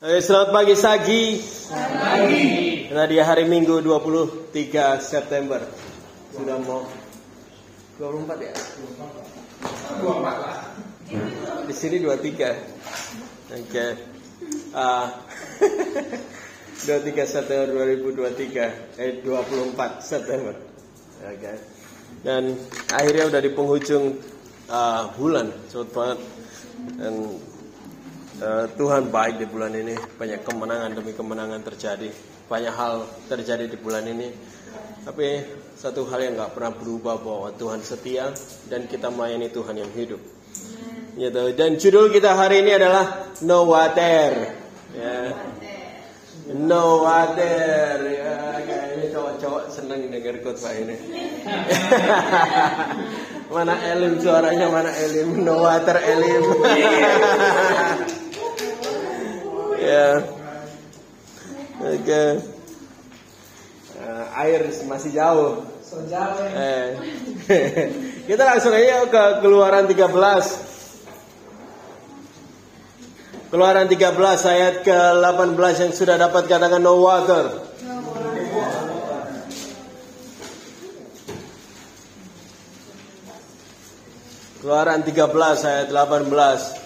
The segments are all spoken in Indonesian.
Selamat pagi Sagi. Selamat pagi. Karena di hari Minggu 23 September. Sudah mau 24 ya? 24 lah. Di sini 23. Oke. 23 September 2023. 24 September. Oke. Dan akhirnya udah di penghujung bulan. Cepet banget. Dan Tuhan baik di bulan ini. Banyak kemenangan demi kemenangan terjadi. Banyak hal terjadi di bulan ini. Tapi satu hal yang gak pernah berubah, bahwa Tuhan setia dan kita melayani Tuhan yang hidup. Gitu. Dan judul kita hari ini adalah No Water. Ya. No Water. Ya, kayaknya cowok-cowok senang denger khotbah ini. Mana Elim suaranya, mana Elim? No Water Elim. Ya. Oke. Air masih jauh. So jauh. Kita langsung aja ke Keluaran 13. Keluaran 13 ayat ke-18 yang sudah dapat katakan no water. Keluaran 13 ayat 18.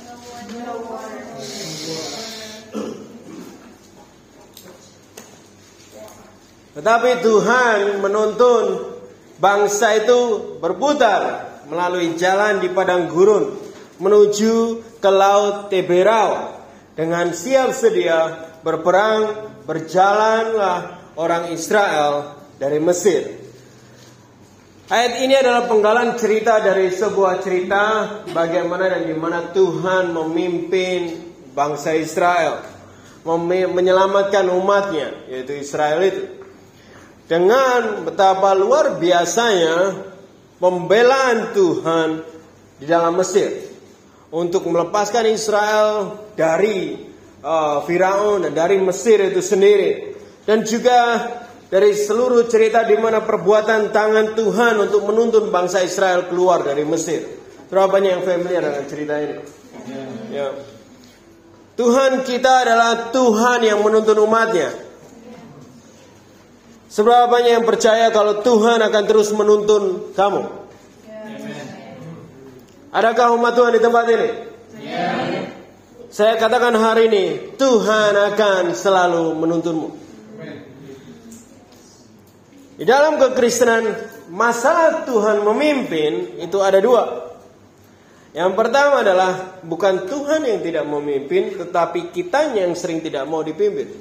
Tetapi Tuhan menuntun bangsa itu berputar melalui jalan di padang gurun menuju ke laut Teberau. Dengan siap sedia berperang, berjalanlah orang Israel dari Mesir. Ayat ini adalah penggalan cerita dari sebuah cerita bagaimana dan di mana Tuhan memimpin bangsa Israel, menyelamatkan umatnya, yaitu Israel itu. Dengan betapa luar biasanya pembelaan Tuhan di dalam Mesir untuk melepaskan Israel dari Firaun dan dari Mesir itu sendiri, dan juga dari seluruh cerita di mana perbuatan tangan Tuhan untuk menuntun bangsa Israel keluar dari Mesir. Berapa banyak yang familiar dengan cerita ini? Ya. Tuhan kita adalah Tuhan yang menuntun umatnya. Seberapa banyak yang percaya kalau Tuhan akan terus menuntun kamu? Adakah umat Tuhan di tempat ini? Saya katakan hari ini, Tuhan akan selalu menuntunmu. Di dalam kekristenan, masalah Tuhan memimpin itu ada dua. Yang pertama adalah bukan Tuhan yang tidak memimpin, tetapi kitanya yang sering tidak mau dipimpin.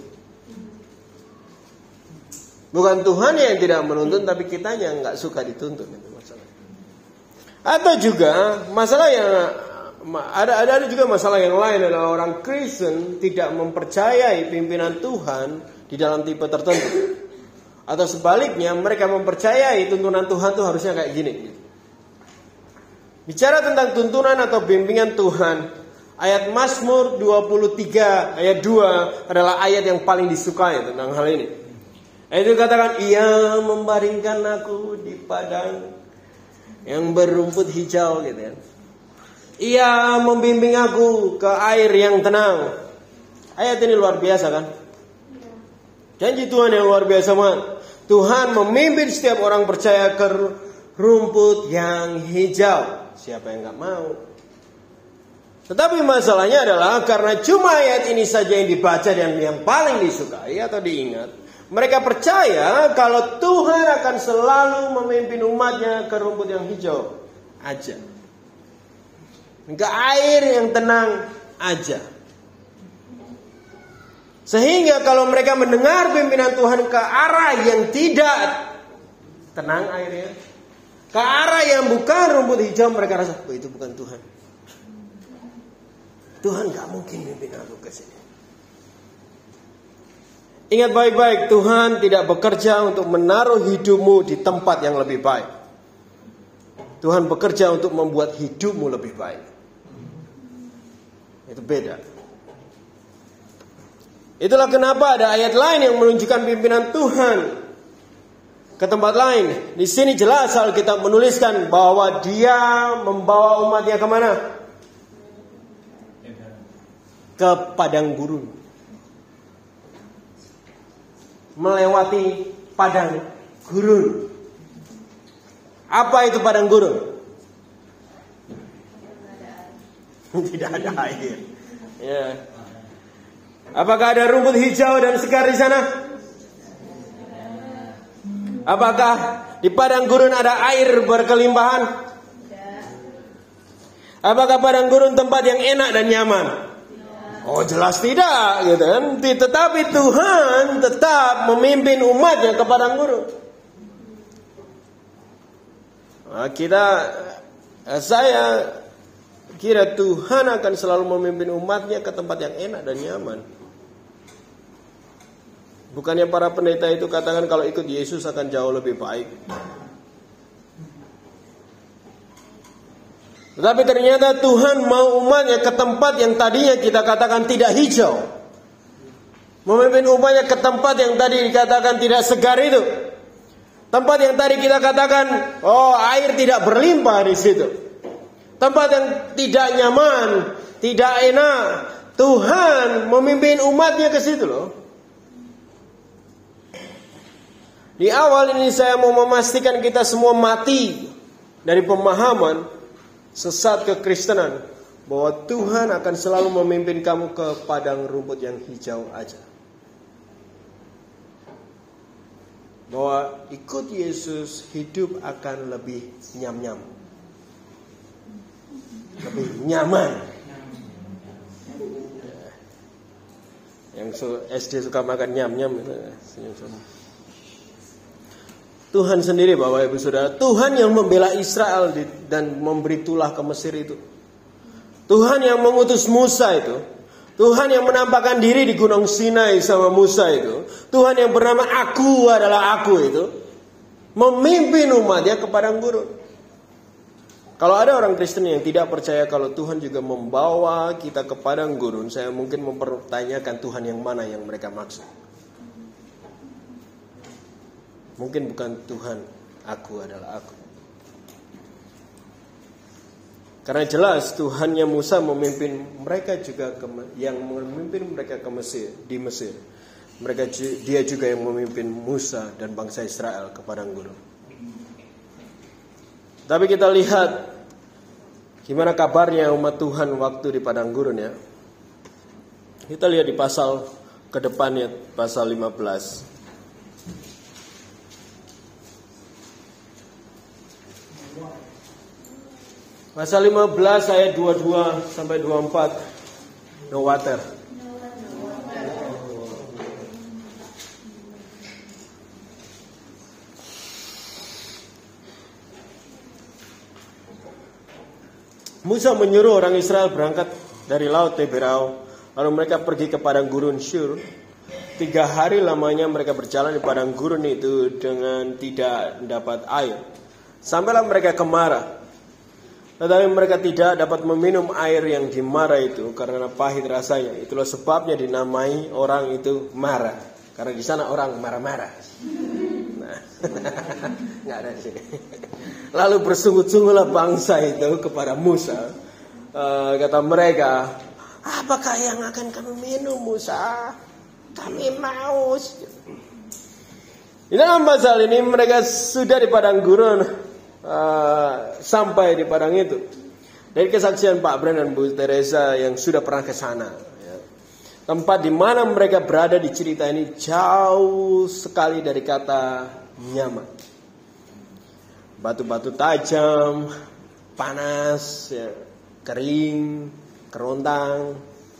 Bukan Tuhan yang tidak menuntun, tapi kitanya yang gak suka dituntun. Itu masalah. Atau juga masalah yang ada juga masalah yang lain adalah orang Kristen tidak mempercayai pimpinan Tuhan di dalam tipe tertentu. Atau sebaliknya, mereka mempercayai tuntunan Tuhan itu harusnya kayak gini. Bicara tentang tuntunan atau bimbingan Tuhan, ayat Mazmur 23 ayat 2 adalah ayat yang paling disukai tentang hal ini. Itu katakan, Ia membaringkan aku di padang yang berumput hijau, gitu ya. Ia membimbing aku ke air yang tenang. Ayat ini luar biasa kan? Janji Tuhan yang luar biasa banget. Tuhan memimpin setiap orang percaya ke rumput yang hijau. Siapa yang gak mau? Tetapi masalahnya adalah karena cuma ayat ini saja yang dibaca dan yang paling disukai atau diingat, mereka percaya kalau Tuhan akan selalu memimpin umatnya ke rumput yang hijau aja, ke air yang tenang aja. Sehingga kalau mereka mendengar pimpinan Tuhan ke arah yang tidak tenang airnya, ke arah yang bukan rumput hijau, mereka rasa, oh itu bukan Tuhan. Tuhan gak mungkin mimpin aku ke sini. Ingat baik-baik, Tuhan tidak bekerja untuk menaruh hidupmu di tempat yang lebih baik. Tuhan bekerja untuk membuat hidupmu lebih baik. Itu beda. Itulah kenapa ada ayat lain yang menunjukkan pimpinan Tuhan ke tempat lain. Di sini jelas Alkitab menuliskan bahwa Dia membawa umatnya kemana? Ke padang gurun. melewati padang gurun. Apa itu padang gurun? Tidak ada air. Ya. Apakah ada rumput hijau dan segar di sana? Apakah di padang gurun ada air berkelimpahan? Apakah padang gurun tempat yang enak dan nyaman? Oh, jelas tidak, gitu kan? Tetapi Tuhan tetap memimpin umatnya ke padang gurun. Nah, saya kira Tuhan akan selalu memimpin umatnya ke tempat yang enak dan nyaman. Bukannya para pendeta itu katakan kalau ikut Yesus akan jauh lebih baik. Tetapi ternyata Tuhan mau umatnya ke tempat yang tadinya kita katakan tidak hijau. Memimpin umatnya ke tempat yang tadi dikatakan tidak segar itu. Tempat yang tadi kita katakan, oh, air tidak berlimpah di situ. Tempat yang tidak nyaman, tidak enak. Tuhan memimpin umatnya ke situ loh. Di awal ini saya mau memastikan kita semua mati dari pemahaman sesat kekristenan bahwa Tuhan akan selalu memimpin kamu ke padang rumput yang hijau aja. Bahwa ikut Yesus hidup akan lebih nyam-nyam, lebih nyaman. Yang SD suka makan nyam-nyam itu senyum-senyum. Tuhan sendiri Bapak Ibu Saudara, Tuhan yang membela Israel dan memberi tulah ke Mesir itu. Tuhan yang mengutus Musa itu. Tuhan yang menampakkan diri di Gunung Sinai sama Musa itu. Tuhan yang bernama Aku adalah Aku itu. Memimpin umatnya ke padang gurun. Kalau ada orang Kristen yang tidak percaya kalau Tuhan juga membawa kita ke padang gurun, saya mungkin mempertanyakan Tuhan yang mana yang mereka maksud. Mungkin bukan Tuhan, Aku adalah Aku. Karena jelas Tuhannya Musa memimpin mereka juga yang memimpin mereka ke Mesir, di Mesir. Dia juga yang memimpin Musa dan bangsa Israel ke padang gurun. Tapi kita lihat gimana kabarnya umat Tuhan waktu di padang gurun ya. Kita lihat di pasal ke depannya, pasal 15. Pasal 15 ayat 22 sampai 24. No water. Musa menyuruh orang Israel berangkat dari laut Teberau, lalu mereka pergi ke padang gurun Shur. 3 hari lamanya mereka berjalan di padang gurun itu dengan tidak dapat air. Sampailah mereka ke Mara. Tetapi mereka tidak dapat meminum air yang di Mara itu karena pahit rasanya. Itulah sebabnya dinamai orang itu Mara. Karena di sana orang marah-marah. Nah, nggak ada di sini. Lalu bersungut-sungutlah bangsa itu kepada Musa. Kata mereka, apakah yang akan kami minum Musa? Kami mau. Di dalam pasal ini mereka sudah di padang gurun. Sampai di padang itu. Dari kesaksian Pak Bren dan Bu Teresa yang sudah pernah ke sana ya. Tempat di mana mereka berada di cerita ini jauh sekali dari kata nyaman. Batu-batu tajam, panas ya, kering, kerontang.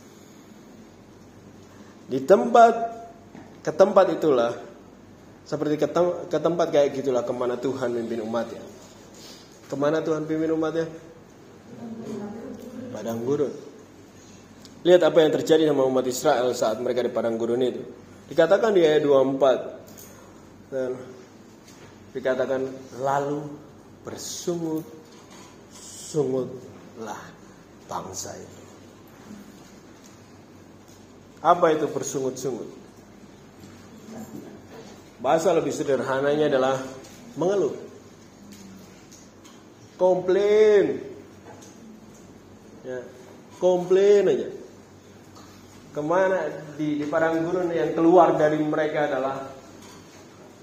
Ke tempat itulah, seperti ke tempat kayak gitulah kemana Tuhan memimpin umatnya. Kemana Tuhan pimpin umatnya? Padang gurun. Lihat apa yang terjadi sama umat Israel saat mereka di padang gurun itu. Dikatakan di ayat 24. Dan dikatakan lalu bersungut-sungutlah bangsa itu. Apa itu bersungut-sungut? Bahasa lebih sederhananya adalah mengeluh. Komplain. Ya, komplain aja. Kemana di padang gurun yang keluar dari mereka adalah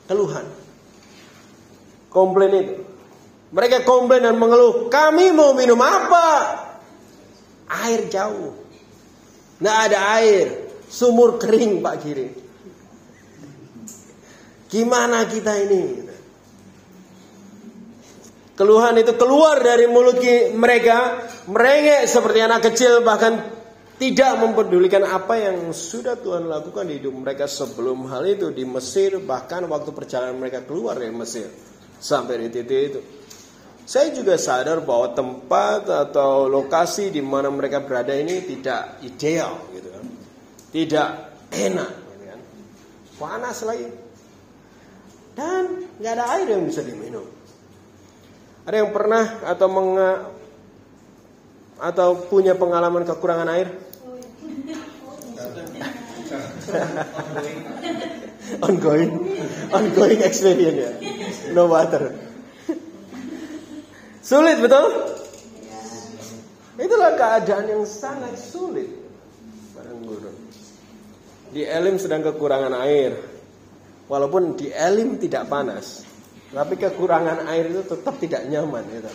keluhan. Komplain itu. Mereka komplain dan mengeluh. Kami mau minum apa? Air jauh. Nggak ada air. Sumur kering Pak Giring. Gimana kita ini? Keluhan itu keluar dari mulut mereka, merengek seperti anak kecil, bahkan tidak mempedulikan apa yang sudah Tuhan lakukan di hidup mereka sebelum hal itu di Mesir, bahkan waktu perjalanan mereka keluar dari Mesir sampai di titik itu. Saya juga sadar bahwa tempat atau lokasi di mana mereka berada ini tidak ideal, gitu kan, tidak enak, gitu kan. Panas lagi, dan nggak ada air yang bisa diminum. Ada yang pernah atau punya pengalaman kekurangan air? ongoing experience ya. No water. Sulit betul? Itulah keadaan yang sangat sulit. Padang gurun. Di Elim sedang kekurangan air. Walaupun di Elim tidak panas, tapi kekurangan air itu tetap tidak nyaman, gitu.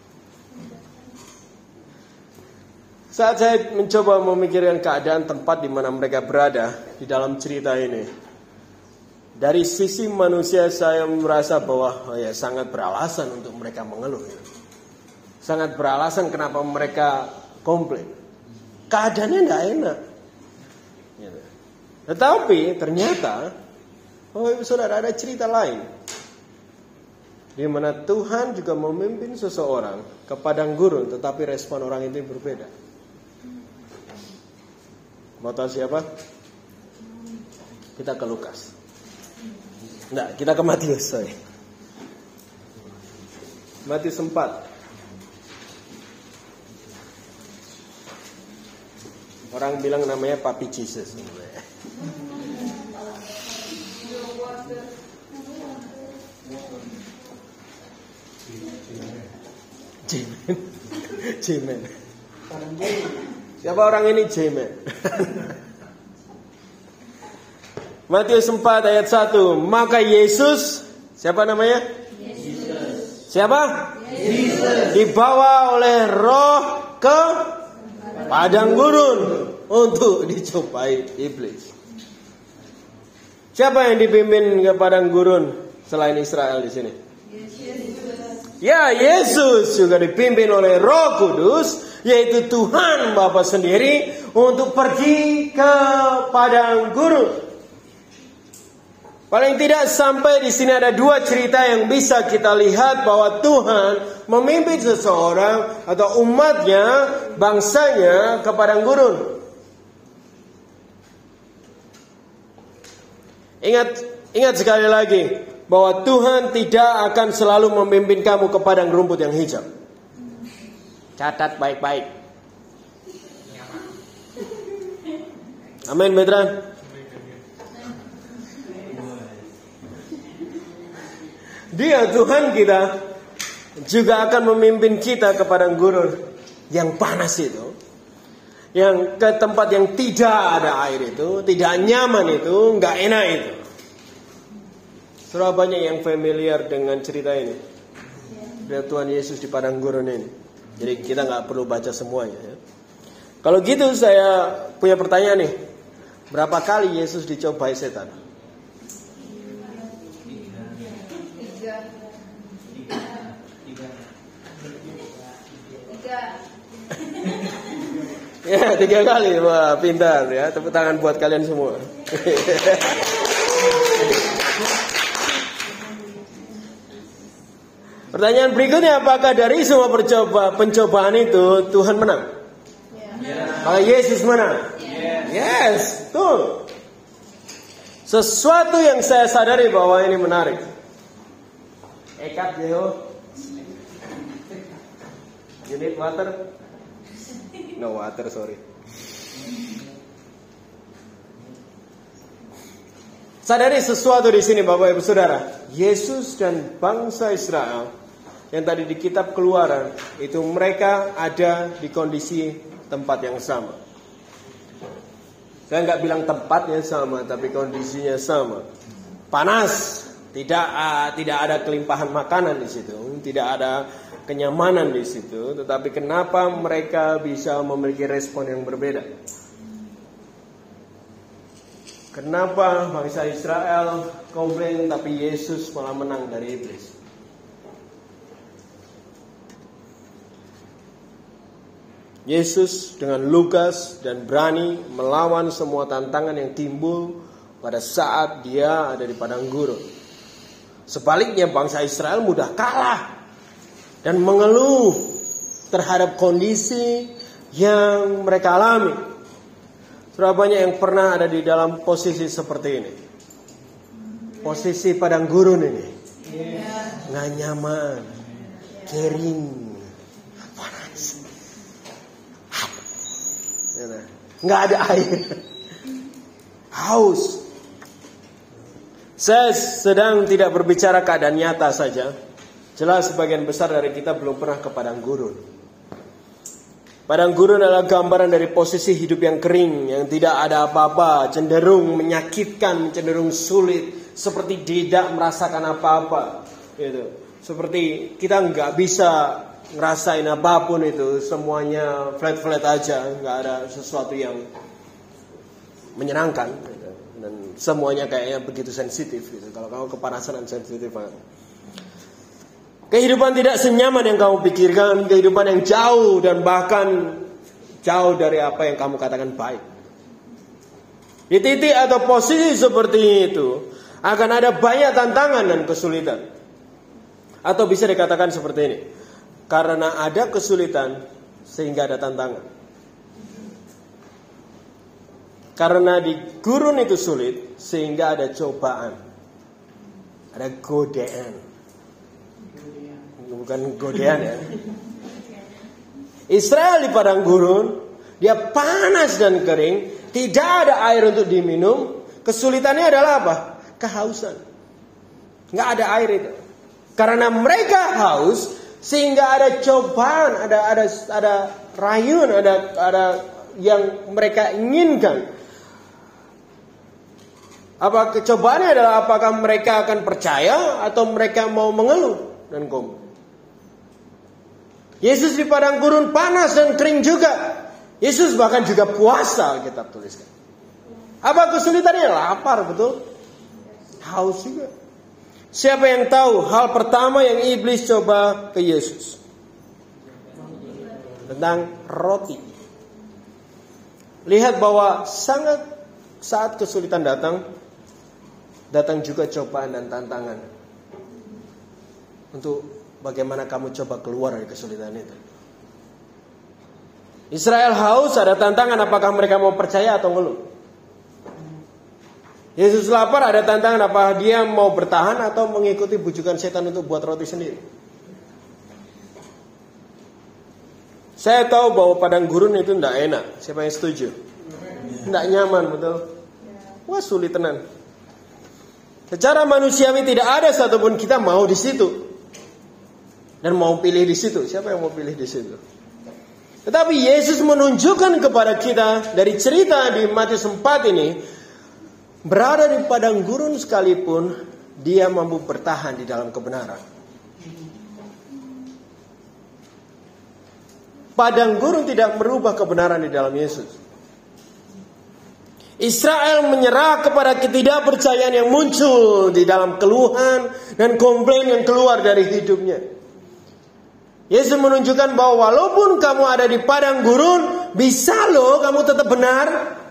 Saat saya mencoba memikirkan keadaan tempat di mana mereka berada di dalam cerita ini, dari sisi manusia saya merasa bahwa sangat beralasan untuk mereka mengeluh, gitu. Sangat beralasan kenapa mereka komplain. Keadaannya tidak enak, gitu. Tetapi ternyata, saudara, ada cerita lain di mana Tuhan juga memimpin seseorang ke padang gurun, tetapi respon orang itu berbeda. Mau tahu siapa? Kita ke Lukas. Nah, kita ke Matius, sorry. Matius 4. Orang bilang namanya Papi Jesus. Jemen. Siapa orang ini Jemen? Matius 4 ayat 1. Maka Yesus, siapa namanya? Yesus. Siapa? Yesus. Dibawa oleh Roh ke padang gurun untuk dicobai iblis. Siapa yang dipimpin ke padang gurun selain Israel di sini? Ya, Yesus juga dipimpin oleh Roh Kudus, yaitu Tuhan Bapa sendiri, untuk pergi ke padang gurun. Paling tidak sampai di sini ada dua cerita yang bisa kita lihat bahwa Tuhan memimpin seseorang atau umatnya, bangsanya ke padang gurun. Ingat sekali lagi bahwa Tuhan tidak akan selalu memimpin kamu ke padang rumput yang hijau. Catat baik-baik. Amin, Betran. Dia, Tuhan kita, juga akan memimpin kita ke padang gurun yang panas itu, yang ke tempat yang tidak ada air itu, tidak nyaman itu, nggak enak itu. Surah banyak yang familiar dengan cerita ini. Dari Tuhan Yesus di padang gurun ini. Jadi kita nggak perlu baca semuanya, ya. Kalau gitu saya punya pertanyaan nih. Berapa kali Yesus dicobai setan? 3. Ya, 3 kali. Wah, pintar ya. Tepuk tangan buat kalian semua. Pertanyaan berikutnya, apakah dari semua pencobaan itu Tuhan menang? Apakah Yesus menang? Yes, betul. Sesuatu yang saya sadari bahwa ini menarik. Ekat Jeho. You need water? No water, sorry. Sadari sesuatu di sini, Bapak Ibu Saudara. Yesus dan bangsa Israel yang tadi di kitab Keluaran itu, mereka ada di kondisi tempat yang sama. Saya nggak bilang tempatnya sama, tapi kondisinya sama. Panas, Tidak ada kelimpahan makanan di situ, tidak ada kenyamanan di situ, tetapi kenapa mereka bisa memiliki respon yang berbeda? Kenapa bangsa Israel komplain tapi Yesus malah menang dari iblis? Yesus dengan lugas dan berani melawan semua tantangan yang timbul pada saat dia ada di padang gurun. Sebaliknya bangsa Israel mudah kalah dan mengeluh terhadap kondisi yang mereka alami. Sudah banyak yang pernah ada di dalam posisi seperti ini. Posisi padang gurun ini. Nggak nyaman, kering, panas, nggak ada air, haus. Saya sedang tidak berbicara keadaan nyata saja. Jelas sebagian besar dari kita belum pernah ke padang gurun. Padang gurun adalah gambaran dari posisi hidup yang kering, yang tidak ada apa-apa, cenderung menyakitkan, cenderung sulit, seperti tidak merasakan apa-apa. Gitu. Seperti kita nggak bisa ngerasain apapun itu, semuanya flat-flat aja, nggak ada sesuatu yang menyenangkan. Gitu. Dan semuanya kayaknya begitu sensitif gitu. Kalau kamu kepanasan dan sensitif banget. Kehidupan tidak senyaman yang kamu pikirkan, kehidupan yang jauh dan bahkan jauh dari apa yang kamu katakan baik. Di titik atau posisi seperti itu akan ada banyak tantangan dan kesulitan. Atau bisa dikatakan seperti ini. Karena ada kesulitan sehingga ada tantangan. Karena di gurun itu sulit sehingga ada cobaan. Ada godaan. Bukan godean ya. Israel di padang gurun, dia panas dan kering, tidak ada air untuk diminum. Kesulitannya adalah apa? Kehausan. Nggak ada air itu. Karena mereka haus, sehingga ada cobaan, ada rayuan, ada yang mereka inginkan. Apa kecobaannya adalah apakah mereka akan percaya atau mereka mau mengeluh dan komplain. Yesus di padang gurun panas dan kering juga. Yesus bahkan juga puasa, Alkitab tuliskan. Apa kesulitannya? Lapar, betul? Haus juga. Siapa yang tahu hal pertama yang iblis coba ke Yesus? Tentang roti. Lihat bahwa saat kesulitan datang juga cobaan dan tantangan. Untuk bagaimana kamu coba keluar dari kesulitan itu. Israel haus, ada tantangan apakah mereka mau percaya atau ngeluh. Yesus lapar, ada tantangan apa dia mau bertahan atau mengikuti bujukan setan untuk buat roti sendiri. Saya tahu bahwa padang gurun itu tidak enak. Siapa yang setuju? Tidak nyaman, betul? Wah, sulit tenan. Secara manusiawi tidak ada satupun kita mau di situ. Dan mau pilih di situ. Siapa yang mau pilih di situ? Tetapi Yesus menunjukkan kepada kita dari cerita di Matius 4 ini, berada di padang gurun sekalipun dia mampu bertahan di dalam kebenaran. Padang gurun tidak merubah kebenaran di dalam Yesus. Israel menyerah kepada ketidakpercayaan yang muncul di dalam keluhan dan komplain yang keluar dari hidupnya. Yesus menunjukkan bahwa walaupun kamu ada di padang gurun, bisa loh kamu tetap benar.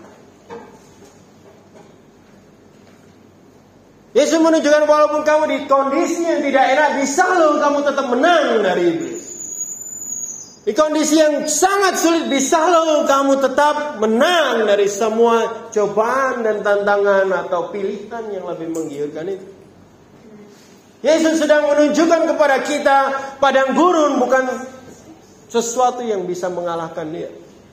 Yesus menunjukkan walaupun kamu di kondisi yang tidak enak, bisa loh kamu tetap menang dari iblis. Di kondisi yang sangat sulit, bisa loh kamu tetap menang dari semua cobaan dan tantangan atau pilihan yang lebih menggiurkan itu. Yesus sedang menunjukkan kepada kita padang gurun bukan sesuatu yang bisa mengalahkan dia.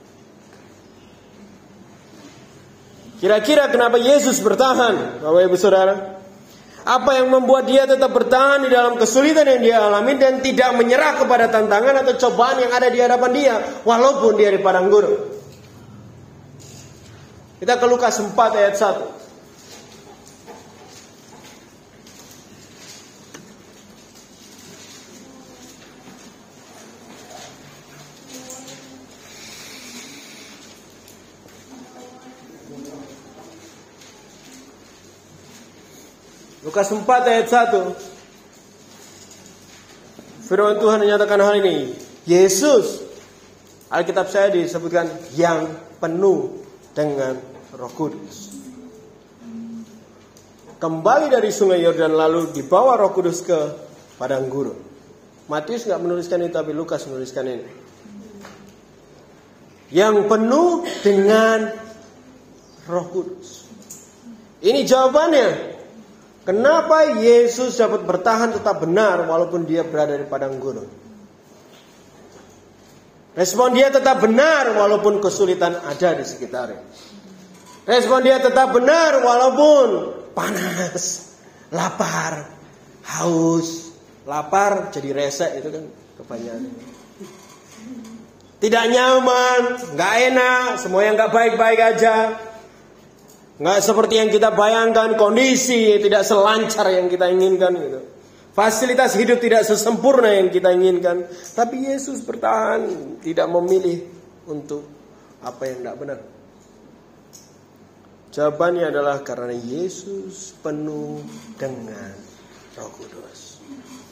Kira-kira kenapa Yesus bertahan, Bapak Ibu Saudara? Apa yang membuat dia tetap bertahan di dalam kesulitan yang dia alami dan tidak menyerah kepada tantangan atau cobaan yang ada di hadapan dia, walaupun dia di padang gurun? Kita ke Lukas 4 ayat 1. Lukas 4 ayat 1. Firman Tuhan menyatakan hal ini. Yesus, Alkitab saya disebutkan yang penuh dengan Roh Kudus. Kembali dari sungai Yordan lalu dibawa Roh Kudus ke padang gurun. Matius nggak menuliskan itu, tapi Lukas menuliskan ini. Yang penuh dengan Roh Kudus. Ini jawabannya. Kenapa Yesus dapat bertahan tetap benar walaupun dia berada di padang gurun? Respon dia tetap benar walaupun kesulitan ada di sekitarnya. Respon dia tetap benar walaupun panas, lapar, haus. Lapar jadi resek itu kan kebanyakan. Tidak nyaman, gak enak, semuanya gak baik-baik aja. Nggak seperti yang kita bayangkan, kondisi tidak selancar yang kita inginkan gitu. Fasilitas hidup tidak sesempurna yang kita inginkan. Tapi Yesus bertahan, tidak memilih untuk apa yang tidak benar. Jawabannya adalah karena Yesus penuh dengan Roh Kudus.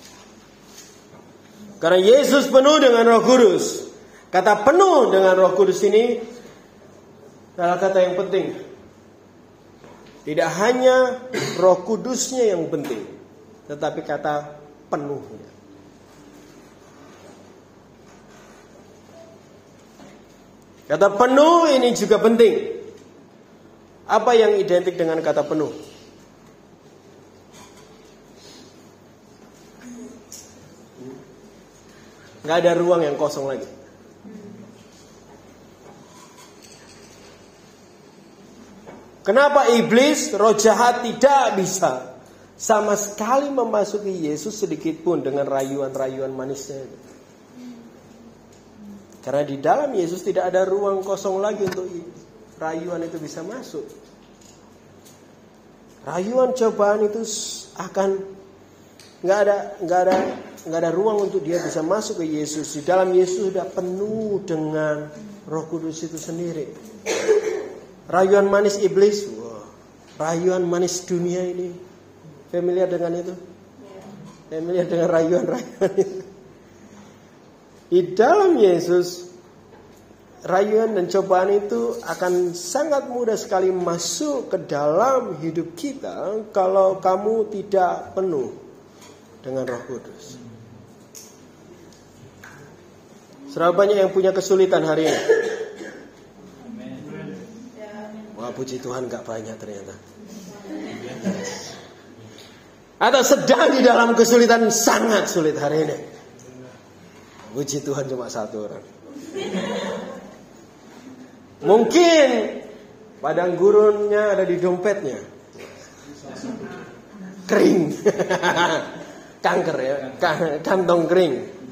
Karena Yesus penuh dengan Roh Kudus. Kata penuh dengan Roh Kudus ini adalah kata yang penting. Tidak hanya Roh Kudusnya yang penting, tetapi kata penuhnya. Kata penuh ini juga penting. Apa yang identik dengan kata penuh? Nggak ada ruang yang kosong lagi. Kenapa iblis, roh jahat tidak bisa sama sekali memasuki Yesus sedikit pun dengan rayuan-rayuan manisnya? Karena di dalam Yesus tidak ada ruang kosong lagi untuk rayuan itu bisa masuk. Rayuan cobaan itu akan nggak ada ruang untuk dia bisa masuk ke Yesus. Di dalam Yesus sudah penuh dengan Roh Kudus itu sendiri. Rayuan manis iblis, rayuan manis dunia ini, familiar dengan itu? Familiar dengan rayuan-rayuan itu? Di dalam Yesus, rayuan dan cobaan itu akan sangat mudah sekali masuk ke dalam hidup kita kalau kamu tidak penuh dengan Roh Kudus. Serapa banyak yang punya kesulitan hari ini? Wah, puji Tuhan gak banyak ternyata. Atau sedang di dalam kesulitan sangat sulit hari ini. Puji Tuhan cuma satu orang. Mungkin padang gurunnya ada di dompetnya. Kering. Kanker ya, kantong kering.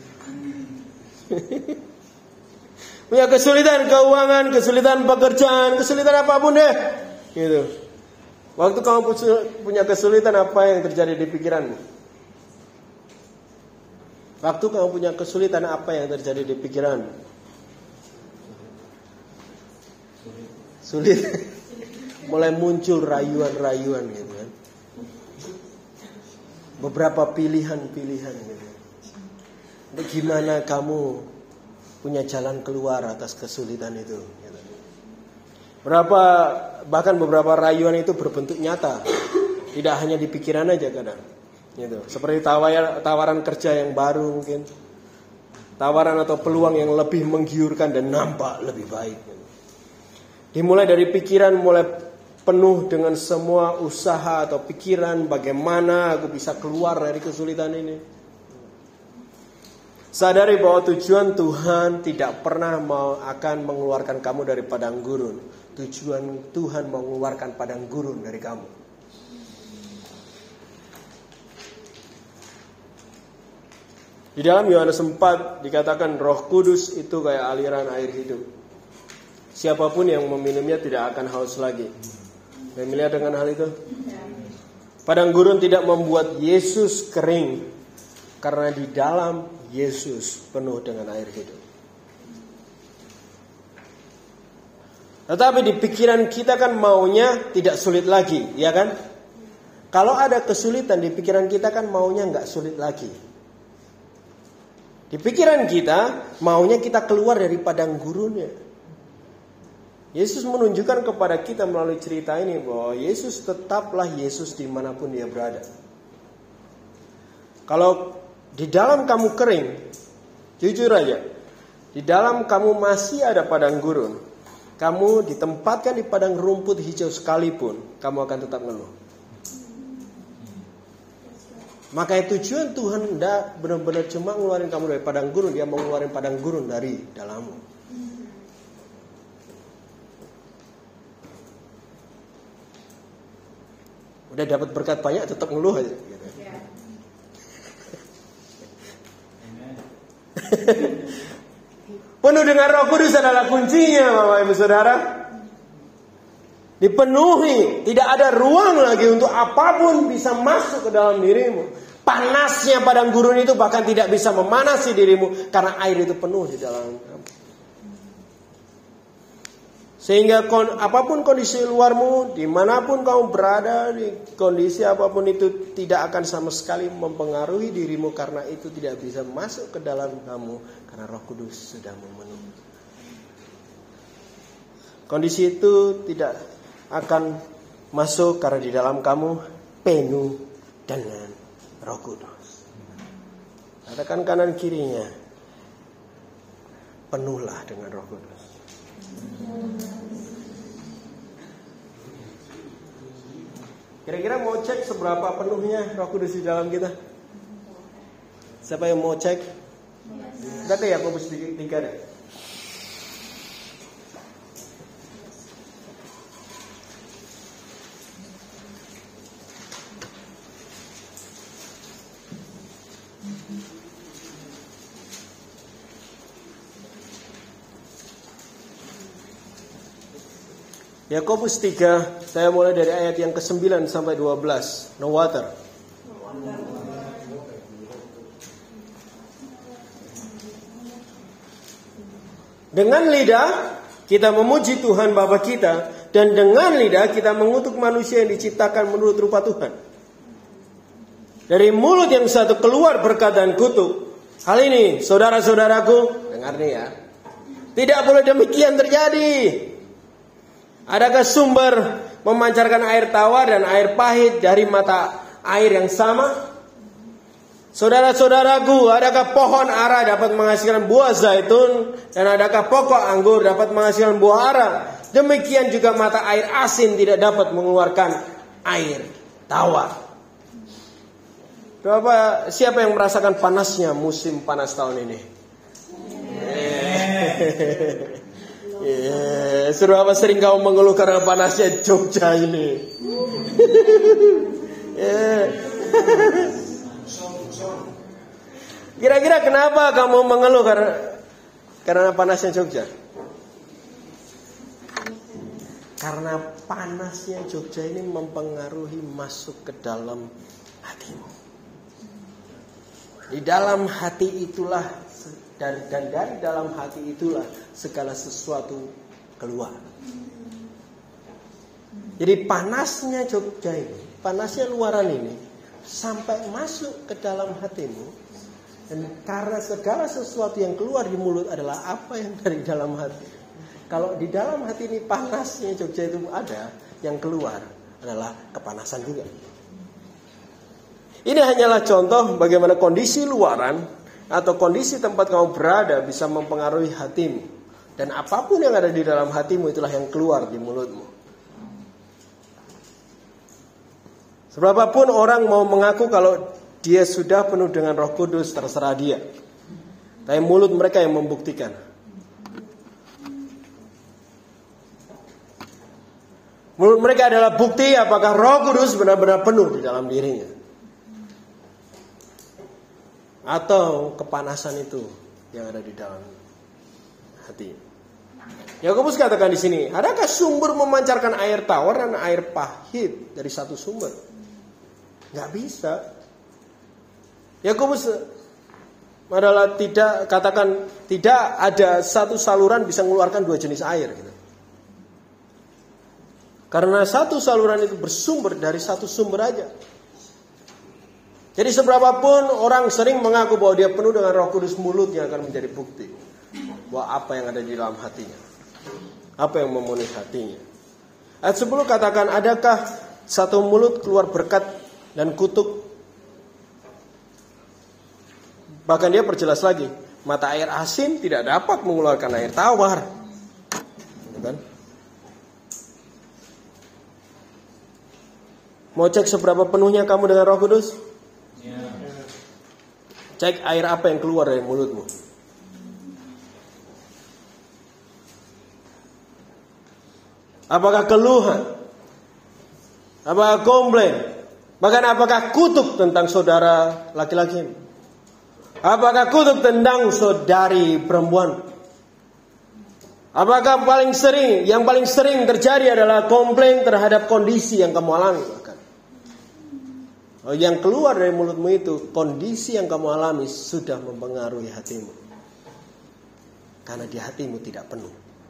Punya kesulitan keuangan, kesulitan pekerjaan, kesulitan apapun deh. Gitu. Waktu kamu punya kesulitan, apa yang terjadi di pikiranmu? Waktu kamu punya kesulitan, apa yang terjadi di pikiranmu? Sulit. Mulai muncul rayuan-rayuan gitu kan. Beberapa pilihan-pilihan gitu. Bagaimana kamu punya jalan keluar atas kesulitan itu. Bahkan beberapa rayuan itu berbentuk nyata, tidak hanya di pikiran aja kadang. Gitu. Seperti tawaran kerja yang baru mungkin, tawaran atau peluang yang lebih menggiurkan dan nampak lebih baik. Dimulai dari pikiran, mulai penuh dengan semua usaha atau pikiran bagaimana aku bisa keluar dari kesulitan ini. Sadari bahwa tujuan Tuhan tidak pernah akan mengeluarkan kamu dari padang gurun. Tujuan Tuhan mengeluarkan padang gurun dari kamu. Di dalam Yohanes 4 dikatakan Roh Kudus itu kayak aliran air hidup. Siapapun yang meminumnya tidak akan haus lagi. Familiar dengan hal itu? Padang gurun tidak membuat Yesus kering, karena di dalam Yesus penuh dengan air hidup. Tetapi di pikiran kita kan maunya tidak sulit lagi, ya kan? Kalau ada kesulitan di pikiran kita kan maunya nggak sulit lagi. Di pikiran kita maunya kita keluar dari padang gurunnya. Yesus menunjukkan kepada kita melalui cerita ini bahwa Yesus tetaplah Yesus dimanapun dia berada. Kalau di dalam kamu kering, jujur aja, di dalam kamu masih ada padang gurun, kamu ditempatkan di padang rumput hijau sekalipun, kamu akan tetap ngeluh. Maka tujuan Tuhan tidak benar-benar cuma ngeluarin kamu dari padang gurun, dia mau ngeluarin padang gurun dari dalammu. Udah dapat berkat banyak tetap ngeluh aja. Gitu. Penuh dengan Roh Kudus adalah kuncinya, Bapak Ibu Saudara. Dipenuhi, tidak ada ruang lagi untuk apapun bisa masuk ke dalam dirimu. Panasnya padang gurun itu bahkan tidak bisa memanasi dirimu karena air itu penuh di dalam kamu. Sehingga apapun kondisi luarmu, dimanapun kamu berada, di kondisi apapun itu tidak akan sama sekali mempengaruhi dirimu karena itu tidak bisa masuk ke dalam kamu karena Roh Kudus sudah memenuhi. Kondisi itu tidak akan masuk karena di dalam kamu penuh dengan Roh Kudus. Katakan kanan kirinya, penuhlah dengan Roh Kudus. Kira-kira mau cek seberapa penuhnya Roh Kudus di dalam kita? Siapa yang mau cek? Udah ke Yakobus 3 deh. Yakobus 3, saya mulai dari ayat yang ke-9 sampai 12. No water. Dengan lidah kita memuji Tuhan Bapa kita, dan dengan lidah kita mengutuk manusia yang diciptakan menurut rupa Tuhan. Dari mulut yang satu keluar berkat dan kutuk. Hal ini, saudara-saudaraku, dengar nih ya, tidak boleh demikian terjadi. Adakah sumber memancarkan air tawar dan air pahit dari mata air yang sama? Saudara-saudaraku, adakah pohon ara dapat menghasilkan buah zaitun dan adakah pokok anggur dapat menghasilkan buah ara? Demikian juga mata air asin tidak dapat mengeluarkan air tawar. Siapa yang merasakan panasnya musim panas tahun ini? Seru apa sering kamu mengeluh karena panasnya Jogja ini? Kira-kira kenapa kamu mengeluh karena panasnya Jogja? Karena panasnya Jogja ini mempengaruhi masuk ke dalam hatimu. Di dalam hati itulah dan dari dalam hati itulah segala sesuatu keluar. Jadi panasnya Jogja ini, panasnya luaran ini sampai masuk ke dalam hatimu, dan karena segala sesuatu yang keluar di mulut adalah apa yang dari dalam hati. Kalau di dalam hati ini panasnya Jogja itu ada, yang keluar adalah kepanasan juga. Ini hanyalah contoh bagaimana kondisi luaran atau kondisi tempat kamu berada bisa mempengaruhi hatimu. Dan apapun yang ada di dalam hatimu itulah yang keluar di mulutmu. Seberapapun orang mau mengaku kalau dia sudah penuh dengan Roh Kudus, terserah dia. Tapi mulut mereka yang membuktikan. Mulut mereka adalah bukti apakah Roh Kudus benar-benar penuh di dalam dirinya. Atau kepanasan itu yang ada di dalam hati. Yakobus katakan di sini, adakah sumber memancarkan air tawar dan air pahit dari satu sumber? Gak bisa. Yakobus adalah tidak ada satu saluran bisa mengeluarkan dua jenis air. Gitu. Karena satu saluran itu bersumber dari satu sumber aja. Jadi seberapapun orang sering mengaku bahwa dia penuh dengan Roh Kudus, mulutnya akan menjadi bukti bahwa apa yang ada di dalam hatinya, apa yang memenuhi hatinya. Ayat 10 katakan, adakah satu mulut keluar berkat dan kutuk? Bahkan dia perjelas lagi, mata air asin tidak dapat mengeluarkan air tawar. Kan? Mau cek seberapa penuhnya kamu dengan Roh Kudus? Cek air apa yang keluar dari mulutmu. Apakah keluhan? Apakah komplain? Bahkan apakah kutuk tentang saudara laki-laki? Apakah kutuk tentang saudari perempuan? Apakah yang paling sering terjadi adalah komplain terhadap kondisi yang kamu alami? Yang keluar dari mulutmu itu, kondisi yang kamu alami sudah mempengaruhi hatimu. Karena di hatimu tidak penuh.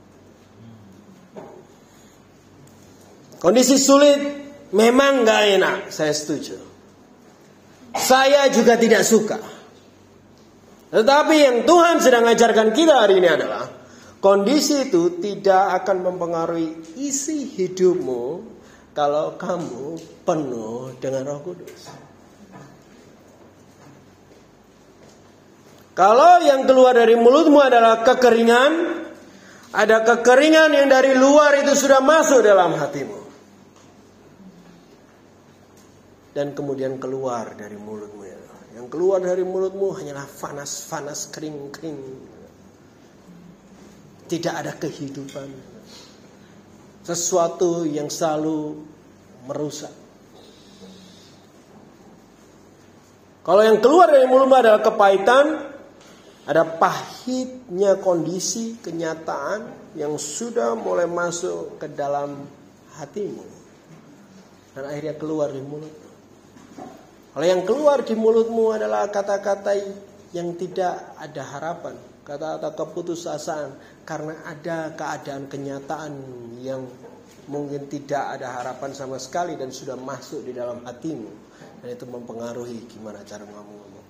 Kondisi sulit memang gak enak, saya setuju. Saya juga tidak suka. Tetapi yang Tuhan sedang ajarkan kita hari ini adalah, kondisi itu tidak akan mempengaruhi isi hidupmu kalau kamu penuh dengan Roh Kudus. Kalau yang keluar dari mulutmu adalah kekeringan, ada kekeringan yang dari luar itu sudah masuk dalam hatimu. Dan kemudian keluar dari mulutmu. Yang keluar dari mulutmu hanyalah fanas-fanas, kering-kering. Tidak ada kehidupan. Sesuatu yang selalu merusak. Kalau yang keluar dari mulutmu adalah kepahitan, ada pahitnya kondisi, kenyataan yang sudah mulai masuk ke dalam hatimu. Dan akhirnya keluar di mulutmu. Kalau yang keluar di mulutmu adalah kata-kata yang tidak ada harapan, kata-kata keputusasaan, karena ada keadaan kenyataan yang mungkin tidak ada harapan sama sekali dan sudah masuk di dalam hatimu, dan itu mempengaruhi gimana cara kamu ngomong.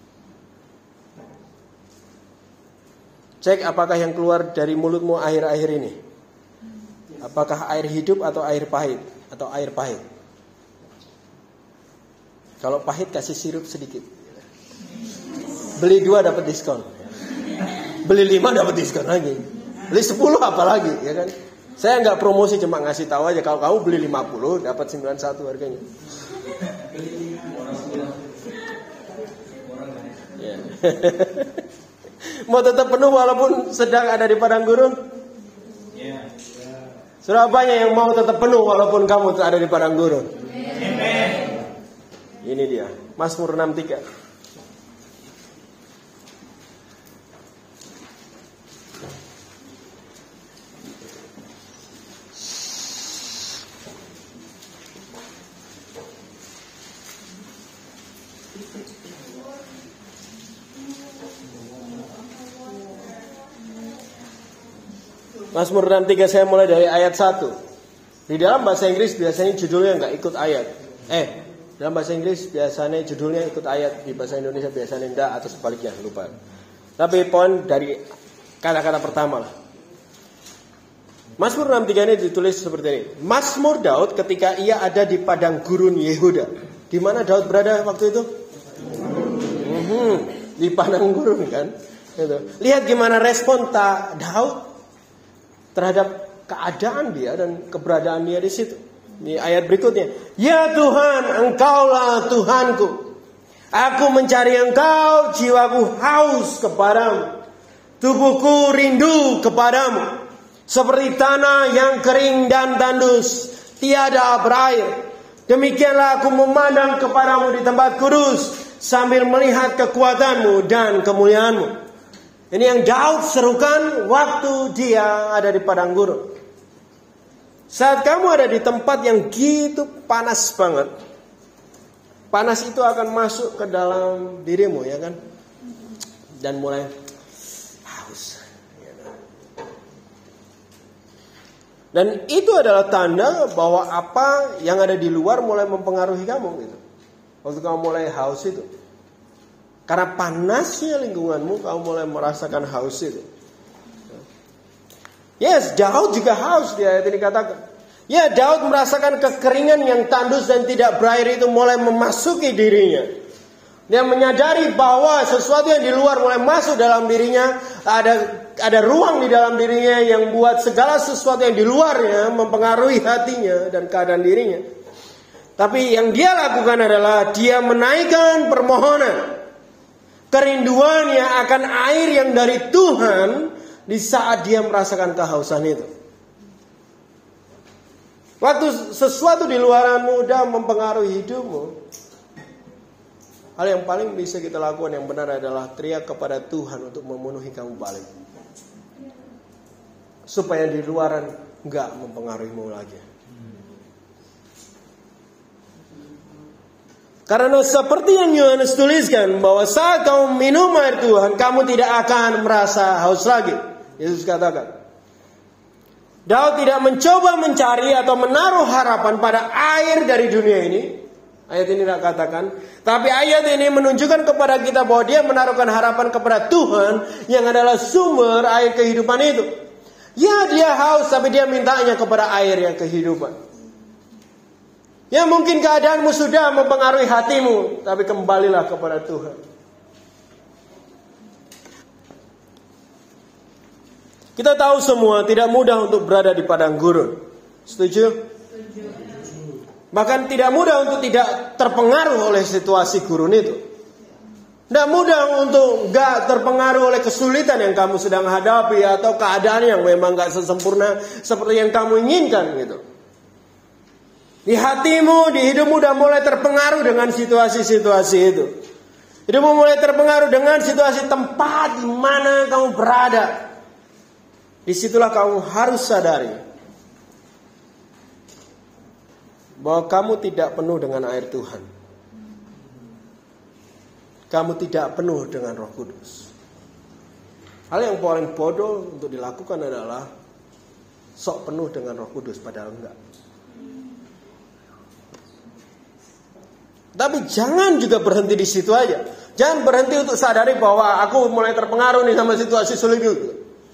Cek apakah yang keluar dari mulutmu akhir-akhir ini, apakah air hidup atau air pahit, atau air pahit. Kalau pahit kasih sirup sedikit. Beli 2 dapat diskon. Beli 5 dapat diskon lagi. Beli 10 apalagi, ya kan? Saya nggak promosi, cuma ngasih tahu aja. Kalau kamu beli 50 dapat 91 harganya. Ya. Mau tetap penuh walaupun sedang ada di padang gurun? Surabaya yang mau tetap penuh walaupun kamu ada di padang gurun. Ini dia, Mazmur 63. Mazmur 63 saya mulai dari ayat 1. Di dalam bahasa Inggris biasanya judulnya nggak ikut ayat. Dalam bahasa Inggris biasanya judulnya ikut ayat, di bahasa Indonesia biasanya enggak atau sebaliknya, lupa. Tapi poin dari kata-kata pertama lah. Mazmur 63 ini ditulis seperti ini. Mazmur Daud ketika ia ada di padang gurun Yehuda. Di mana Daud berada waktu itu? Di padang gurun kan. Lihat gimana respon Daud terhadap keadaan dia dan keberadaan dia di situ. Ini ayat berikutnya. Ya Tuhan, Engkaulah Tuhanku. Aku mencari Engkau, jiwaku haus kepadamu. Tubuhku rindu kepadamu. Seperti tanah yang kering dan tandus, tiada berair. Demikianlah aku memandang kepadamu di tempat kudus, sambil melihat kekuatanmu dan kemuliaanmu. Ini yang Daud serukan waktu dia ada di padang gurun. Saat kamu ada di tempat yang gitu panas banget, panas itu akan masuk ke dalam dirimu, ya kan? Dan mulai haus. Dan itu adalah tanda bahwa apa yang ada di luar mulai mempengaruhi kamu gitu. Waktu kamu mulai haus itu. Karena panasnya lingkunganmu, kamu mulai merasakan haus itu. Yes, Daud juga haus, di ayat ini katakan. Ya, Daud merasakan kekeringan yang tandus dan tidak berair itu mulai memasuki dirinya. Dia menyadari bahwa sesuatu yang di luar mulai masuk dalam dirinya. Ada ruang di dalam dirinya yang buat segala sesuatu yang di luarnya mempengaruhi hatinya dan keadaan dirinya. Tapi yang dia lakukan adalah dia menaikkan permohonan. Kerinduannya akan air yang dari Tuhan di saat dia merasakan kehausan itu. Waktu sesuatu di luaranmu udah mempengaruhi hidupmu, hal yang paling bisa kita lakukan yang benar adalah teriak kepada Tuhan untuk memenuhi kamu balik. Supaya di luaran enggak mempengaruhimu lagi. Karena seperti yang Yohanes tuliskan, bahwa saat kamu minum air Tuhan, kamu tidak akan merasa haus lagi. Yesus katakan. Daud tidak mencoba mencari atau menaruh harapan pada air dari dunia ini. Ayat ini tidak katakan. Tapi ayat ini menunjukkan kepada kita bahwa dia menaruhkan harapan kepada Tuhan yang adalah sumber air kehidupan itu. Ya, dia haus, tapi dia mintanya kepada air yang kehidupan. Ya, mungkin keadaanmu sudah mempengaruhi hatimu, tapi kembalilah kepada Tuhan. Kita tahu semua tidak mudah untuk berada di padang gurun. Setuju? Bahkan tidak mudah untuk tidak terpengaruh oleh situasi gurun itu. Tidak mudah untuk gak terpengaruh oleh kesulitan yang kamu sedang hadapi atau keadaan yang memang gak sesempurna seperti yang kamu inginkan gitu. Di hatimu, di hidupmu udah mulai terpengaruh dengan situasi-situasi itu. Hidupmu mulai terpengaruh dengan situasi tempat di mana kamu berada. Disitulah kamu harus sadari bahwa kamu tidak penuh dengan air Tuhan. Kamu tidak penuh dengan Roh Kudus. Hal yang paling bodoh untuk dilakukan adalah sok penuh dengan Roh Kudus padahal enggak. Tapi jangan juga berhenti di situ aja. Jangan berhenti untuk sadari bahwa aku mulai terpengaruh nih sama situasi sulit itu.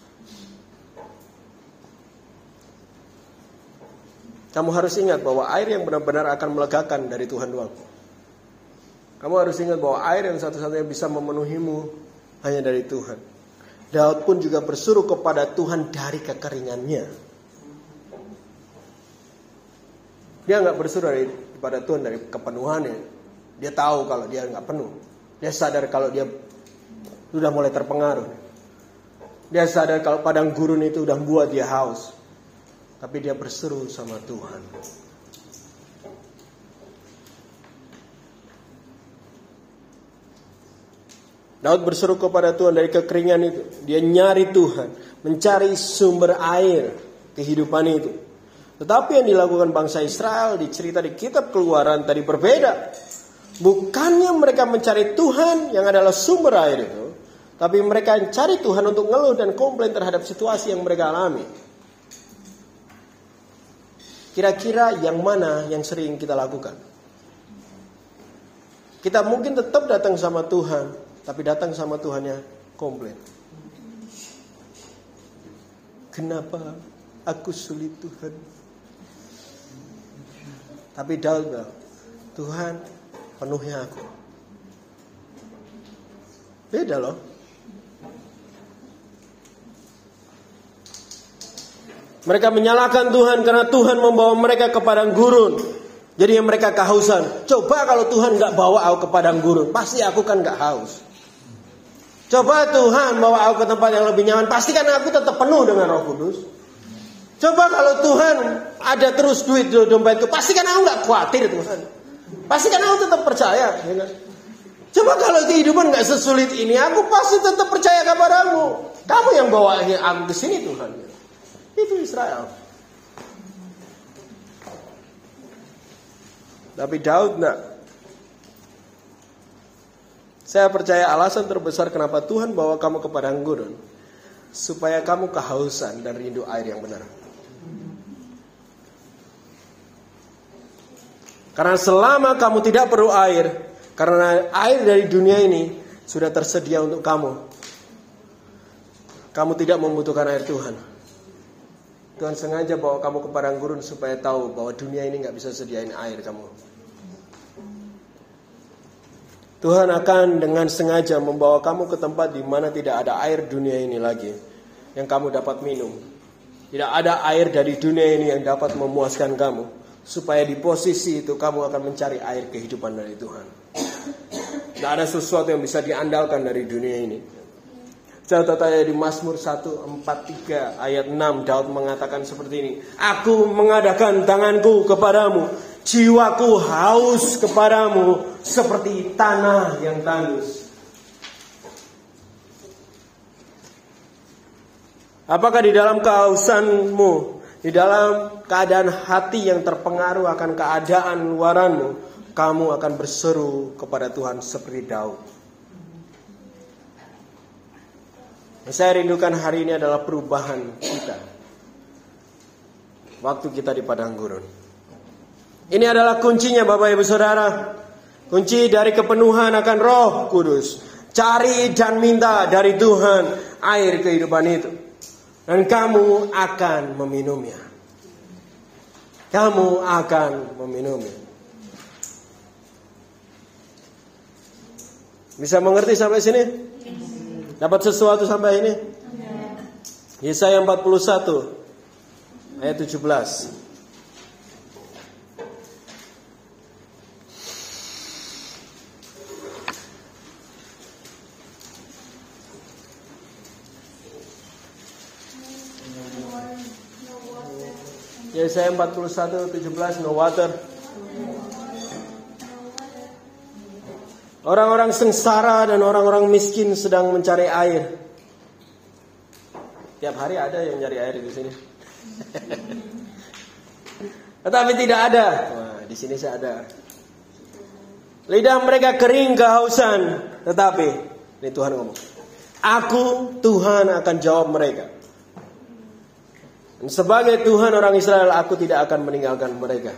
Kamu harus ingat bahwa air yang benar-benar akan melegakan dari Tuhan doang. Kamu harus ingat bahwa air yang satu-satunya bisa memenuhimu hanya dari Tuhan. Daud pun juga bersuruh kepada Tuhan dari kekeringannya. Dia nggak bersuruh kepada Tuhan dari kepenuhannya. Dia tahu kalau dia nggak penuh. Dia sadar kalau dia sudah mulai terpengaruh. Dia sadar kalau padang gurun itu sudah membuat dia haus. Tapi dia berseru sama Tuhan. Daud berseru kepada Tuhan dari kekeringan itu. Dia nyari Tuhan, mencari sumber air kehidupan itu. Tetapi yang dilakukan bangsa Israel di cerita di kitab Keluaran tadi berbeda. Bukannya mereka mencari Tuhan yang adalah sumber air itu, tapi mereka mencari Tuhan untuk ngeluh dan komplain terhadap situasi yang mereka alami. Kira-kira yang mana yang sering kita lakukan? Kita mungkin tetap datang sama Tuhan, tapi datang sama Tuhannya komplain. Kenapa aku sulit Tuhan? Tapi Daud bilang, Tuhan penuhi aku. Beda loh. Mereka menyalahkan Tuhan karena Tuhan membawa mereka ke padang gurun. Jadi mereka kehausan. Coba kalau Tuhan gak bawa aku ke padang gurun, pasti aku kan gak haus. Coba Tuhan bawa aku ke tempat yang lebih nyaman, pasti kan aku tetap penuh dengan Roh Kudus. Coba kalau Tuhan ada terus duit di dompetku, pasti kan aku gak khawatir Tuhan. Pasti kan aku tetap percaya. Ya kan? Coba kalau kehidupan gak sesulit ini, aku pasti tetap percaya kepadamu. Kamu yang bawa aku ke sini Tuhan. Itu Israel. Tapi Daud enggak. Saya percaya alasan terbesar kenapa Tuhan bawa kamu ke padang gurun, supaya kamu kehausan dan rindu air yang benar. Karena selama kamu tidak perlu air, karena air dari dunia ini sudah tersedia untuk kamu. Kamu tidak membutuhkan air Tuhan. Tuhan sengaja bawa kamu ke padang gurun supaya tahu bahwa dunia ini gak bisa sediain air kamu. Tuhan akan dengan sengaja membawa kamu ke tempat di mana tidak ada air dunia ini lagi yang kamu dapat minum. Tidak ada air dari dunia ini yang dapat memuaskan kamu. Supaya di posisi itu kamu akan mencari air kehidupan dari Tuhan. Tidak ada sesuatu yang bisa diandalkan dari dunia ini. Catat ayat di Mazmur 143 ayat 6, Daud mengatakan seperti ini. Aku mengadakan tanganku kepadamu, jiwaku haus kepadamu seperti tanah yang tandus. Apakah di dalam kehausanmu, di dalam keadaan hati yang terpengaruh akan keadaan luaranmu, kamu akan berseru kepada Tuhan seperti Daud? Yang saya rindukan hari ini adalah perubahan kita. Waktu kita di padang gurun. Ini adalah kuncinya Bapak Ibu Saudara. Kunci dari kepenuhan akan Roh Kudus. Cari dan minta dari Tuhan air kehidupan itu. Dan kamu akan meminumnya. Kamu akan meminumnya. Bisa mengerti sampai sini? Dapat sesuatu sampai ini? Yesaya 41 ayat 17. Yesaya 41:17, no water. Orang-orang sengsara dan orang-orang miskin sedang mencari air. Tiap hari ada yang nyari air di sini. Tetapi tidak ada. Wah, di sini saya ada. Lidah mereka kering kehausan, tetapi ini Tuhan ngomong. Aku Tuhan akan jawab mereka. Dan sebagai Tuhan orang Israel, aku tidak akan meninggalkan mereka.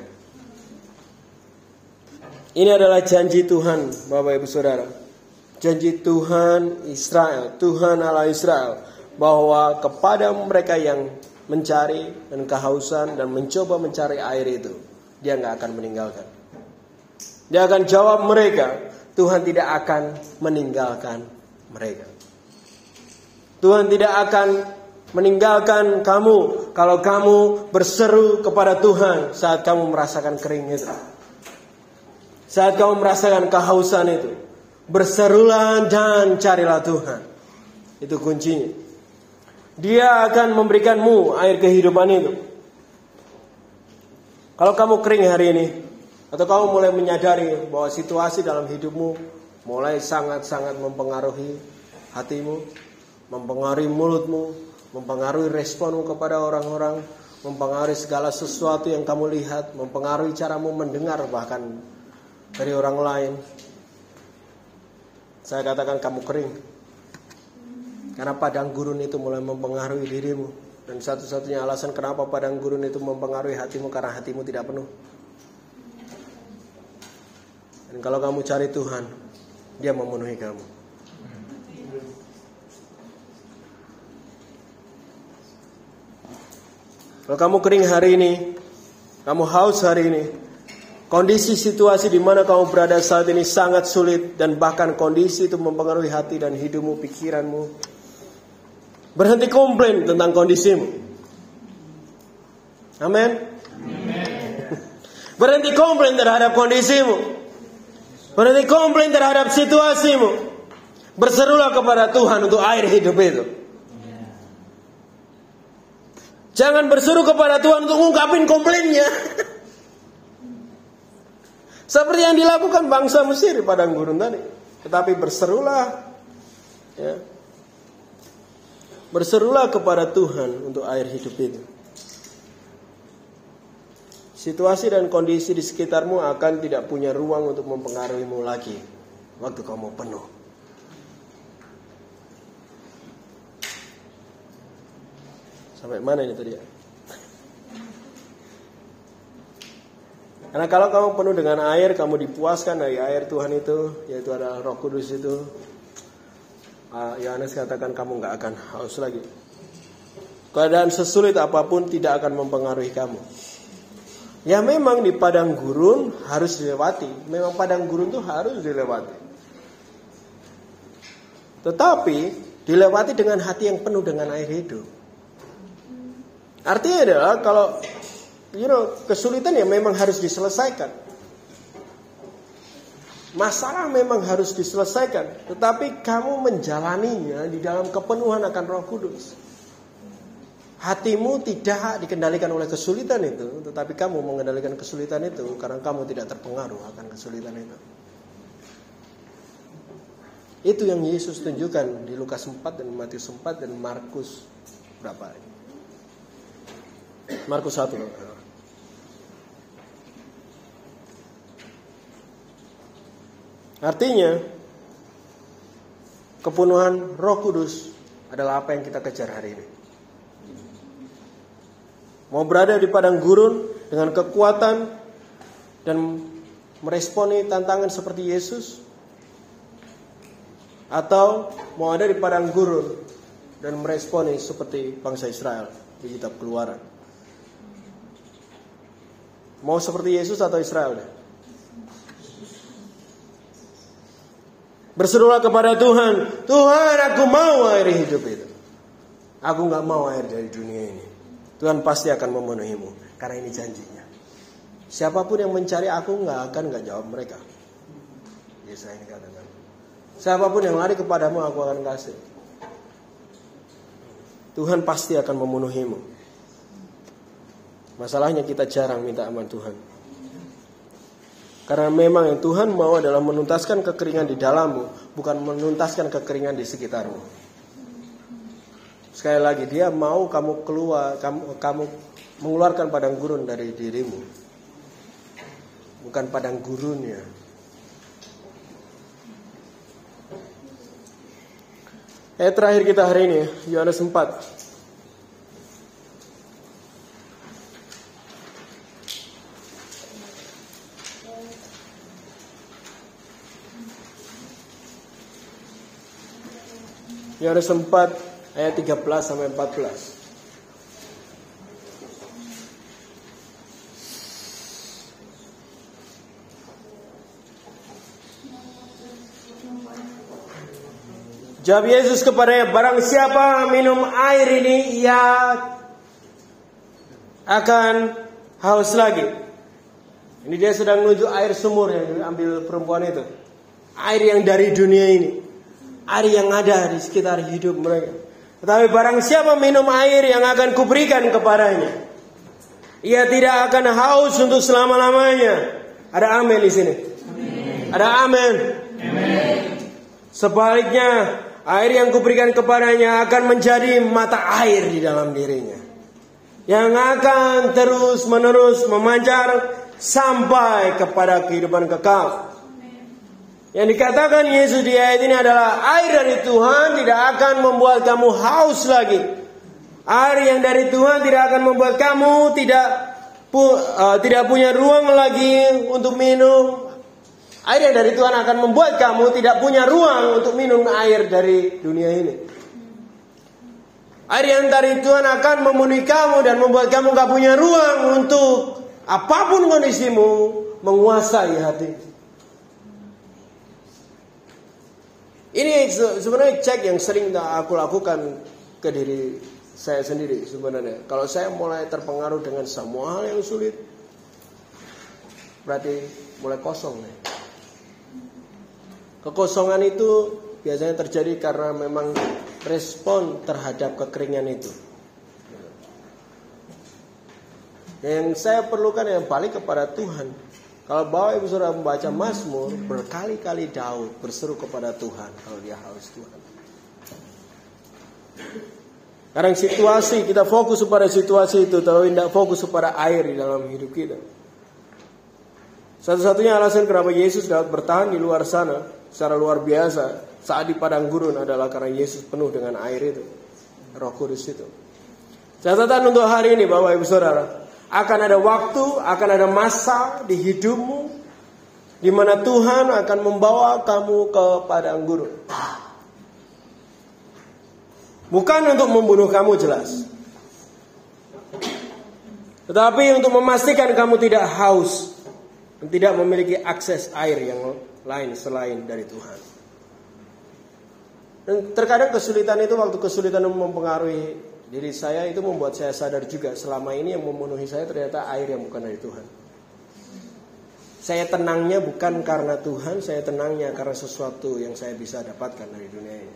Ini adalah janji Tuhan, Bapak Ibu Saudara. Janji Tuhan Israel, Tuhan Allah Israel, bahwa kepada mereka yang mencari dan kehausan dan mencoba mencari air itu, Dia gak akan meninggalkan. Dia akan jawab mereka. Tuhan tidak akan meninggalkan mereka. Tuhan tidak akan meninggalkan kamu kalau kamu berseru kepada Tuhan saat kamu merasakan kering itu. Saat kamu merasakan kehausan itu, berserulah dan carilah Tuhan. Itu kuncinya. Dia akan memberikanmu air kehidupan itu. Kalau kamu kering hari ini, atau kamu mulai menyadari bahwa situasi dalam hidupmu mulai sangat-sangat mempengaruhi hatimu, mempengaruhi mulutmu, mempengaruhi responmu kepada orang-orang, mempengaruhi segala sesuatu yang kamu lihat, mempengaruhi caramu mendengar bahkan dari orang lain. Saya katakan kamu kering. Karena padang gurun itu mulai mempengaruhi dirimu. Dan satu-satunya alasan kenapa padang gurun itu mempengaruhi hatimu, karena hatimu tidak penuh. Dan kalau kamu cari Tuhan, Dia memenuhi kamu. Kalau kamu kering hari ini, kamu haus hari ini, kondisi situasi di mana kamu berada saat ini sangat sulit, dan bahkan kondisi itu mempengaruhi hati dan hidupmu, pikiranmu. Berhenti komplain tentang kondisimu. Amin. Berhenti komplain terhadap kondisimu. Berhenti komplain terhadap situasimu. Berserulah kepada Tuhan untuk air hidup itu. Jangan berseru kepada Tuhan untuk ungkapin komplainnya. Seperti yang dilakukan bangsa Mesir di padang gurun tadi. Tetapi berserulah, ya, berserulah kepada Tuhan untuk air hidup itu. Situasi dan kondisi di sekitarmu akan tidak punya ruang untuk mempengaruhimu lagi waktu kamu penuh. Sampai mana ini tadi ya? Karena kalau kamu penuh dengan air, kamu dipuaskan dari air Tuhan itu, yaitu adalah Roh Kudus itu. Yohanes katakan kamu nggak akan haus lagi. Keadaan sesulit apapun tidak akan mempengaruhi kamu. Ya memang di padang gurun harus dilewati. Memang padang gurun itu harus dilewati. Tetapi dilewati dengan hati yang penuh dengan air hidup. Artinya adalah kalau kesulitan ya memang harus diselesaikan. Masalah memang harus diselesaikan. Tetapi kamu menjalaninya di dalam kepenuhan akan Roh Kudus. Hatimu tidak dikendalikan oleh kesulitan itu, tetapi kamu mengendalikan kesulitan itu karena kamu tidak terpengaruh akan kesulitan itu. Itu yang Yesus tunjukkan di Lukas 4 dan Matius 4 dan Markus berapa? Markus 1. Artinya kepenuhan Roh Kudus adalah apa yang kita kejar hari ini. Mau berada di padang gurun dengan kekuatan dan meresponi tantangan seperti Yesus, atau mau ada di padang gurun dan meresponi seperti bangsa Israel di kitab Keluaran. Mau seperti Yesus atau Israel? Berserulah kepada Tuhan, Tuhan aku mau air hidup itu. Aku gak mau air dari dunia ini. Tuhan pasti akan memenuhimu, karena ini janjinya. Siapapun yang mencari aku gak jawab mereka. Yesaya ini katakan, siapapun yang lari kepadamu aku akan kasih. Tuhan pasti akan memenuhimu. Masalahnya kita jarang minta aman Tuhan. Karena memang yang Tuhan mau adalah menuntaskan kekeringan di dalammu, bukan menuntaskan kekeringan di sekitarmu. Sekali lagi, dia mau kamu keluar, kamu mengeluarkan padang gurun dari dirimu, bukan padang gurunnya. Ayat terakhir kita hari ini, Yohanes 4. Yohanes 4 ayat 13 sampai 14. Jawab Yesus kepadanya, barang siapa minum air ini, ia akan haus lagi. Ini dia sedang menuju air sumur yang diambil perempuan itu. Air yang dari dunia ini. Air yang ada di sekitar hidup mereka. Tetapi barang siapa minum air yang akan kuberikan kepadanya, ia tidak akan haus untuk selama-lamanya. Ada amin di sini. Amen. Ada amin. Amen. Sebaliknya, air yang kuberikan kepadanya akan menjadi mata air di dalam dirinya, yang akan terus-menerus memancar sampai kepada kehidupan kekal. Yang dikatakan Yesus di ayat ini adalah air dari Tuhan tidak akan membuat kamu haus lagi. Air yang dari Tuhan tidak akan membuat kamu tidak punya ruang lagi untuk minum. Air yang dari Tuhan akan membuat kamu tidak punya ruang untuk minum air dari dunia ini. Air yang dari Tuhan akan memenuhi kamu dan membuat kamu gak punya ruang untuk apapun kondisimu menguasai hati. Ini sebenarnya cek yang sering aku lakukan ke diri saya sendiri sebenarnya. Kalau saya mulai terpengaruh dengan semua hal yang sulit, berarti mulai kosong nih. Kekosongan itu biasanya terjadi karena memang respon terhadap kekeringan itu. Yang saya perlukan yang balik kepada Tuhan. Kalau Bapak Ibu Saudara membaca Mazmur, berkali-kali Daud berseru kepada Tuhan kalau dia haus Tuhan. Karena situasi, kita fokus pada situasi itu, tapi tidak fokus pada air di dalam hidup kita. Satu-satunya alasan kenapa Yesus dapat bertahan di luar sana secara luar biasa saat di padang gurun adalah karena Yesus penuh dengan air itu, Roh Kudus itu. Catatan untuk hari ini Bapak Ibu Saudara, Akan ada waktu, akan ada masa di hidupmu di mana Tuhan akan membawa kamu ke padang gurun. Bukan untuk membunuh kamu jelas, tetapi untuk memastikan kamu tidak haus dan tidak memiliki akses air yang lain selain dari Tuhan. Dan terkadang kesulitan itu, waktu kesulitan mempengaruhi diri saya, itu membuat saya sadar juga selama ini yang memenuhi saya ternyata air yang bukan dari Tuhan. Saya tenangnya bukan karena Tuhan, saya tenangnya karena sesuatu yang saya bisa dapatkan dari dunia ini.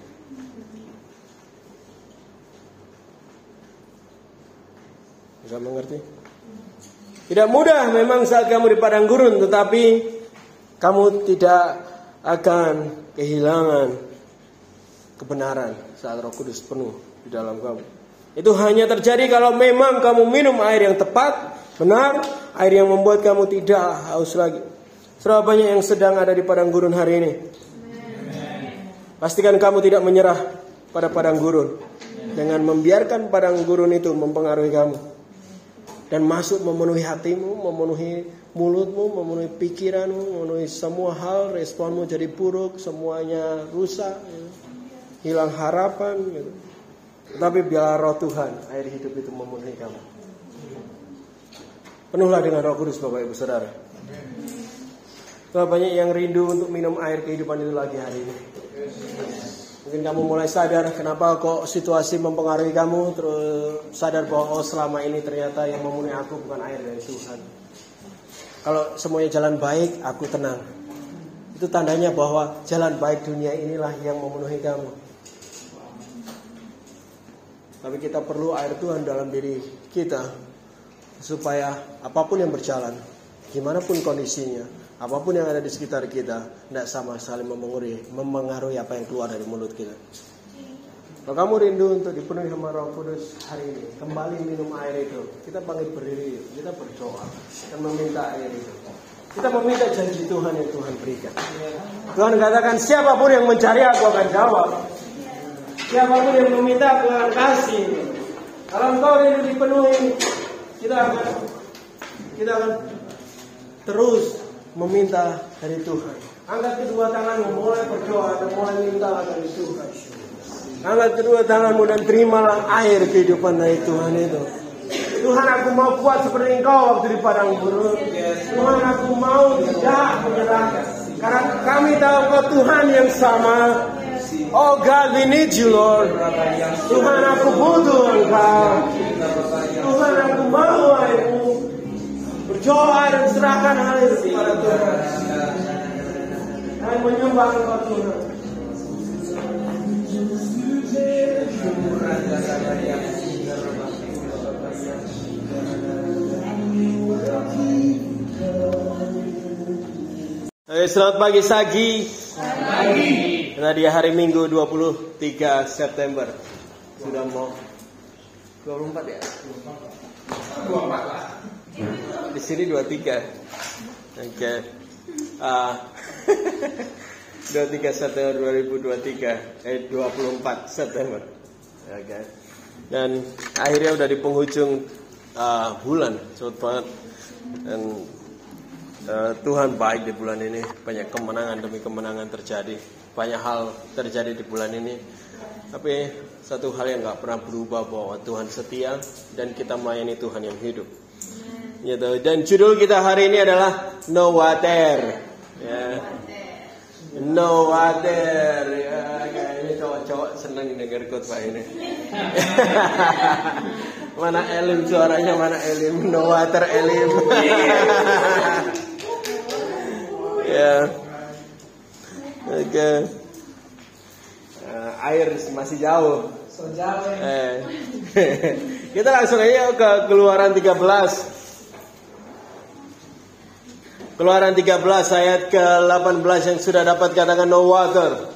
Bisa mengerti? Tidak mudah memang saat kamu di padang gurun, tetapi kamu tidak akan kehilangan kebenaran saat Roh Kudus penuh di dalam kamu. Itu hanya terjadi kalau memang kamu minum air yang tepat, benar, air yang membuat kamu tidak haus lagi. Berapa banyak yang sedang ada di padang gurun hari ini? Pastikan kamu tidak menyerah pada padang gurun dengan membiarkan padang gurun itu mempengaruhi kamu dan masuk memenuhi hatimu, memenuhi mulutmu, memenuhi pikiranmu, memenuhi semua hal. Responmu jadi buruk, semuanya rusak, hilang harapan gitu. Tetapi biarlah Roh Tuhan, air hidup itu memenuhi kamu. Penuhlah dengan Roh Kudus, Bapak Ibu Saudara. Berapa banyak yang rindu untuk minum air kehidupan itu lagi hari ini. Mungkin kamu mulai sadar kenapa kok situasi mempengaruhi kamu, terus sadar bahwa selama ini ternyata yang memenuhi aku bukan air dari Tuhan. Kalau semuanya jalan baik, aku tenang. Itu tandanya bahwa jalan baik dunia inilah yang memenuhi kamu. Tapi kita perlu air Tuhan dalam diri kita supaya apapun yang berjalan, gimana pun kondisinya, apapun yang ada di sekitar kita, tidak sama sekali memengaruhi apa yang keluar dari mulut kita. Kalau kamu rindu untuk dipenuhi sama Roh Kudus hari ini, kembali minum air itu. Kita bangkit berdiri, kita berdoa dan meminta air itu. Kita meminta janji Tuhan yang Tuhan berikan. Tuhan katakan, siapapun yang mencari aku akan jawab. Siapapun yang meminta aku akan kasih. Kalau engkau rindu dipenuhi, kita akan terus meminta dari Tuhan. Angkat kedua tanganmu, mulai berdoa dan mulai minta dari Tuhan. Angkat kedua tanganmu dan terimalah air kehidupan dari Tuhan itu. Tuhan, aku mau kuat seperti engkau waktu di padang gurun. Tuhan, aku mau tidak menyerah. Karena kami tahu kau Tuhan yang sama. Oh God, we need you, Lord. Tuhan, aku butuh Engkau. Tuhan, aku mau airmu. Berdoa dan serahkan hal itu kepada Tuhan. Kami menyembah Engkau, Tuhan. Selamat pagi Sagi. Karena dia hari Minggu 23 September. Sudah mau 24 ya? 24 lah. Di sini 23. Oke. 23 September 2023. 24 September. Oke. Dan akhirnya udah di penghujung bulan. Cepet banget. Dan Tuhan baik di bulan ini. Banyak kemenangan demi kemenangan terjadi. Banyak hal terjadi di bulan ini. Tapi satu hal yang gak pernah berubah, bahwa Tuhan setia dan kita melayani Tuhan yang hidup gitu. Dan judul kita hari ini adalah No Water ya. No Water ya. Kayaknya cowok-cowok seneng denger khotbah ini. Mana Elim suaranya, mana Elim? No Water Elim. Ya. Oke. Air masih jauh. So jauh. Kita langsung aja ke Keluaran 13. Keluaran 13 ayat ke-18 yang sudah dapat katakan no water.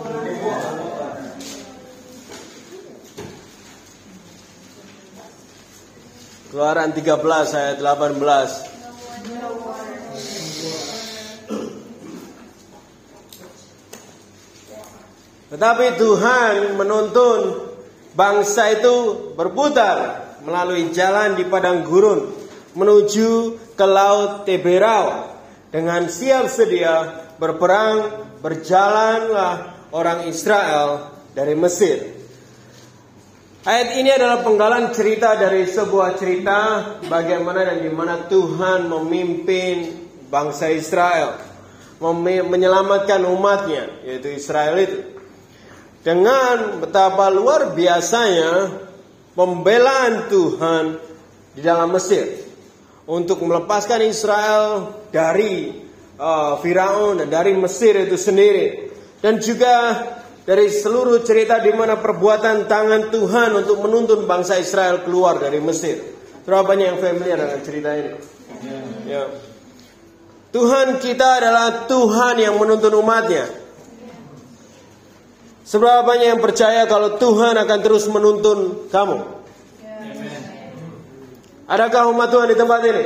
Keluaran 13 ayat 18. Tetapi Tuhan menuntun bangsa itu berputar melalui jalan di padang gurun, menuju ke laut Tiberau. Dengan siap sedia berperang, berjalanlah orang Israel dari Mesir. Ayat ini adalah penggalan cerita dari sebuah cerita bagaimana dan di mana Tuhan memimpin bangsa Israel, menyelamatkan umatnya, yaitu Israel itu. Dengan betapa luar biasanya pembelaan Tuhan di dalam Mesir untuk melepaskan Israel dari Firaun dan dari Mesir itu sendiri. Dan juga dari seluruh cerita di mana perbuatan tangan Tuhan untuk menuntun bangsa Israel keluar dari Mesir. Berapa banyak yang familiar dengan cerita ini? Ya. Tuhan kita adalah Tuhan yang menuntun umatnya. Seberapa banyak yang percaya kalau Tuhan akan terus menuntun kamu? Adakah umat Tuhan di tempat ini?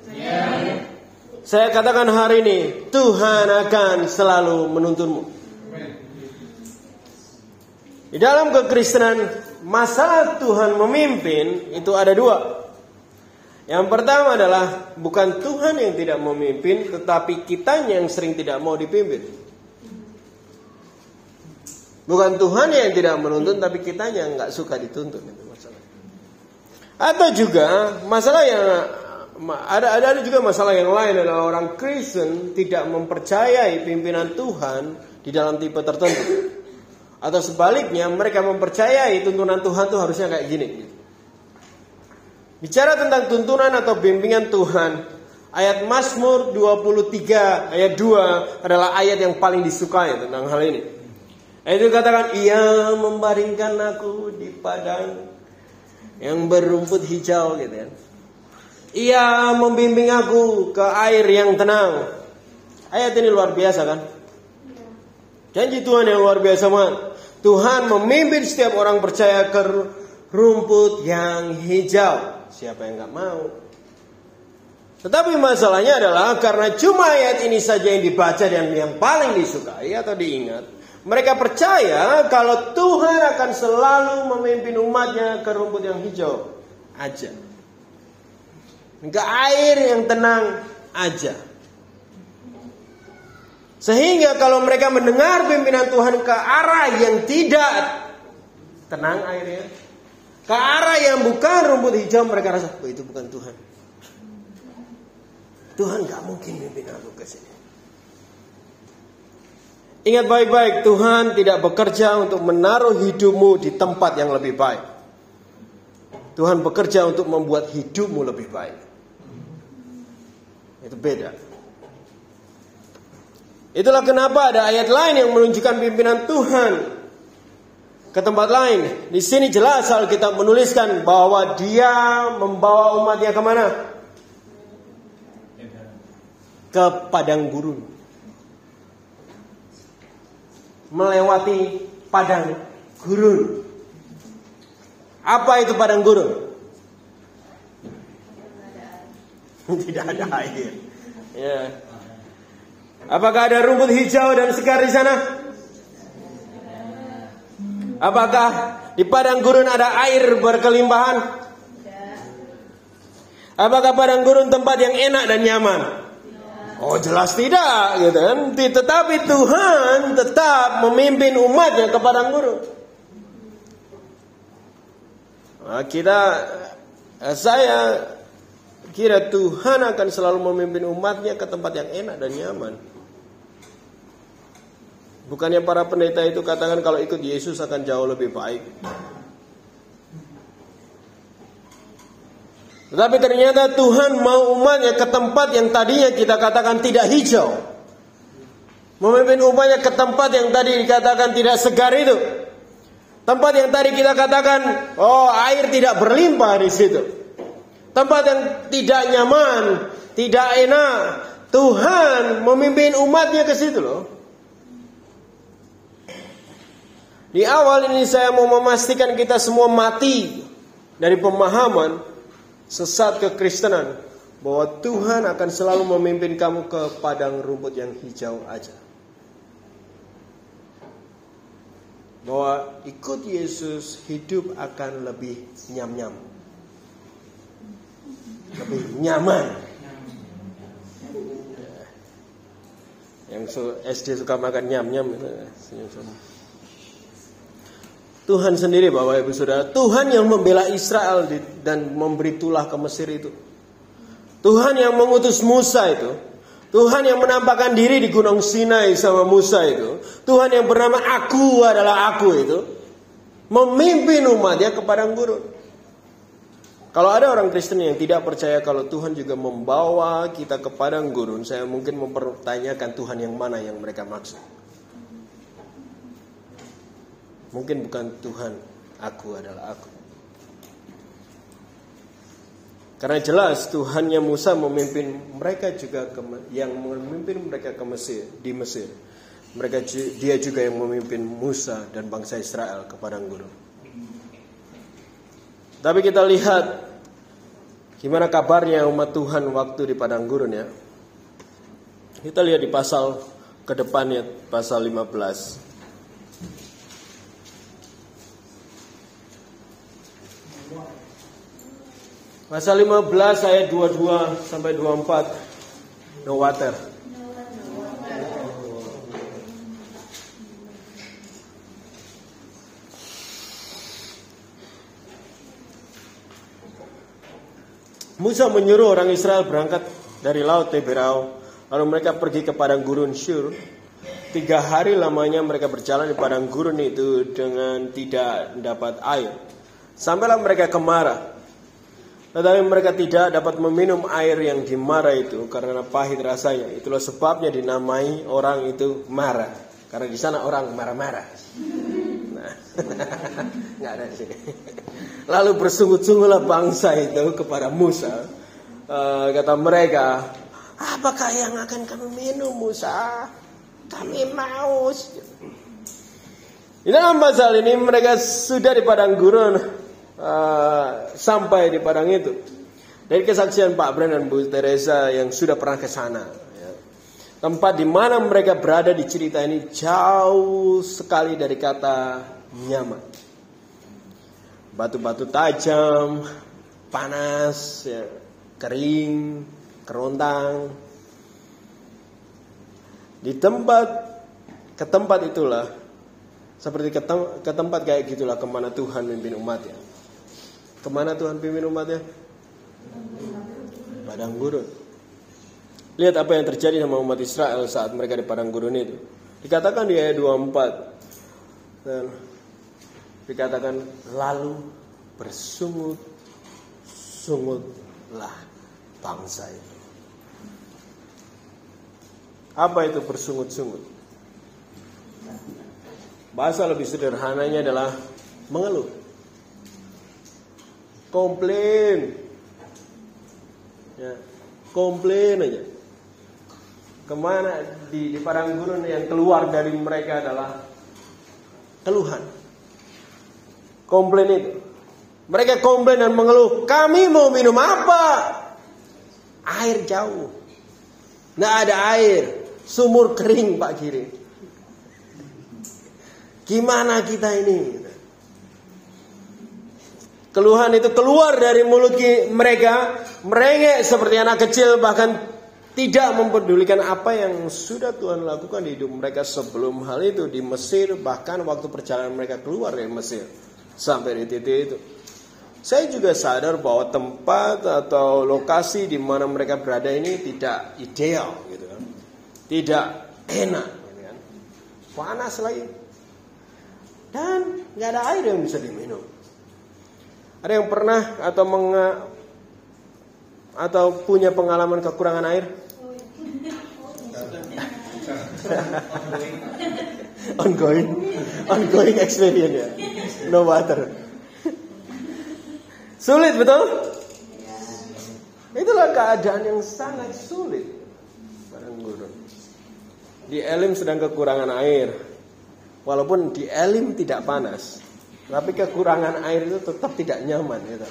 Saya katakan hari ini, Tuhan akan selalu menuntunmu. Di dalam kekristenan, masalah Tuhan memimpin itu ada dua. Yang pertama adalah bukan Tuhan yang tidak memimpin, tetapi kitanya yang sering tidak mau dipimpin. Bukan Tuhan yang tidak menuntun, tapi kitanya yang nggak suka dituntun. Itu masalah. Atau juga masalah yang ada juga masalah yang lain adalah orang Kristen tidak mempercayai pimpinan Tuhan di dalam tipe tertentu. Atau sebaliknya mereka mempercayai tuntunan Tuhan itu harusnya kayak gini. Bicara tentang tuntunan atau bimbingan Tuhan, ayat Mazmur 23 ayat 2 adalah ayat yang paling disukai tentang hal ini. Itu katakan, Ia membaringkan aku di padang yang berumput hijau, gitu kan. Ia membimbing aku ke air yang tenang. Ayat ini luar biasa kan? Janji Tuhan yang luar biasa banget. Tuhan memimpin setiap orang percaya ke rumput yang hijau. Siapa yang gak mau? Tetapi masalahnya adalah karena cuma ayat ini saja yang dibaca dan yang paling disukai atau diingat, mereka percaya kalau Tuhan akan selalu memimpin umatnya ke rumput yang hijau aja, ke air yang tenang aja. Sehingga kalau mereka mendengar pimpinan Tuhan ke arah yang tidak tenang airnya, ke arah yang bukan rumput hijau, mereka rasa, oh itu bukan Tuhan. Tuhan gak mungkin mimpin aku ke sini. Ingat baik-baik, Tuhan tidak bekerja untuk menaruh hidupmu di tempat yang lebih baik. Tuhan bekerja untuk membuat hidupmu lebih baik. Itu beda. Itulah kenapa ada ayat lain yang menunjukkan pimpinan Tuhan ke tempat lain. Di sini jelas Alkitab menuliskan bahwa Dia membawa umatnya kemana? Ke padang gurun. Melewati padang gurun. Apa itu padang gurun? Tidak ada air. Ya. Apakah ada rumput hijau dan segar di sana? Apakah di padang gurun ada air berkelimpahan? Apakah padang gurun tempat yang enak dan nyaman? Oh jelas tidak, gitu kan? Tetapi Tuhan tetap memimpin umatnya ke padang gurun. Nah, saya kira Tuhan akan selalu memimpin umatnya ke tempat yang enak dan nyaman. Bukannya para pendeta itu katakan kalau ikut Yesus akan jauh lebih baik. Tetapi ternyata Tuhan mau umatnya ke tempat yang tadinya kita katakan tidak hijau. Memimpin umatnya ke tempat yang tadi dikatakan tidak segar itu. Tempat yang tadi kita katakan, oh air tidak berlimpah di situ. Tempat yang tidak nyaman, tidak enak. Tuhan memimpin umatnya ke situ loh. Di awal ini saya mau memastikan kita semua mati dari pemahaman sesat kekristenan bahwa Tuhan akan selalu memimpin kamu ke padang rumput yang hijau aja. Bahwa ikut Yesus hidup akan lebih nyam-nyam. lebih nyaman. Yang SD suka makan nyam-nyam itu senyum-senyum. Tuhan sendiri Bapak Ibu Saudara, Tuhan yang membela Israel dan memberi tulah ke Mesir itu. Tuhan yang mengutus Musa itu. Tuhan yang menampakkan diri di Gunung Sinai sama Musa itu. Tuhan yang bernama Aku adalah Aku itu. Memimpin umatnya ke padang gurun. Kalau ada orang Kristen yang tidak percaya kalau Tuhan juga membawa kita ke padang gurun, saya mungkin mempertanyakan Tuhan yang mana yang mereka maksud. Mungkin bukan Tuhan, Aku adalah Aku. Karena jelas Tuhannya Musa memimpin mereka juga yang memimpin mereka ke Mesir, di Mesir. Dia juga yang memimpin Musa dan bangsa Israel ke padang gurun. Tapi kita lihat gimana kabarnya umat Tuhan waktu di padang gurun ya. Kita lihat di pasal ke depannya, pasal 15. Pasal 15 ayat 22 sampai 24. No water. Musa menyuruh orang Israel berangkat dari laut Teberau, lalu mereka pergi ke padang gurun Shur. 3 hari lamanya mereka berjalan di padang gurun itu dengan tidak dapat air. Sampailah mereka ke Mara. Tetapi mereka tidak dapat meminum air yang di Mara itu karena pahit rasanya. Itulah sebabnya dinamai orang itu Mara, karena di sana orang marah-marah. Nah, nggak ada di sini. Lalu bersungut-sungutlah bangsa itu kepada Musa. Kata mereka, apakah yang akan kami minum Musa? Kami mau. Di dalam pasal ini mereka sudah di padang gurun, sampai di padang itu. Dari kesaksian Pak Bren dan Bu Teresa yang sudah pernah ke sana. Tempat di mana mereka berada di cerita ini jauh sekali dari kata nyaman. Batu-batu tajam, panas, ya, kering, kerontang. Ke tempat itulah, seperti ke tempat kayak gitulah kemana Tuhan memimpin umatnya. Kemana Tuhan pimpin umatnya? Padang gurun. Lihat apa yang terjadi sama umat Israel saat mereka di padang gurun itu. Dikatakan di ayat 24. Dan dikatakan lalu bersungut-sungutlah bangsa itu. Apa itu bersungut-sungut? Bahasa lebih sederhananya adalah mengeluh. Komplain. Ya, komplain aja. Kemana di padang gurun yang keluar dari mereka adalah keluhan. Komplain itu. Mereka komplain dan mengeluh. Kami mau minum apa? Air jauh. Nggak ada air. Sumur kering Pak Kiri. Gimana kita ini? Keluhan itu keluar dari mulut mereka. Merengek seperti anak kecil. Bahkan tidak mempedulikan apa yang sudah Tuhan lakukan di hidup mereka sebelum hal itu di Mesir. Bahkan waktu perjalanan mereka keluar dari Mesir. Sampai di titik itu. Saya juga sadar bahwa tempat atau lokasi di mana mereka berada ini tidak ideal gitu kan. Tidak enak gitu kan. Panas lagi. Dan nggak ada air yang bisa diminum. Ada yang pernah atau punya pengalaman kekurangan air? Ongoing experience ya. No water. Sulit betul? Itulah keadaan yang sangat sulit. Padang gurun. Di Elim sedang kekurangan air. Walaupun di Elim tidak panas, tapi kekurangan air itu tetap tidak nyaman gitu.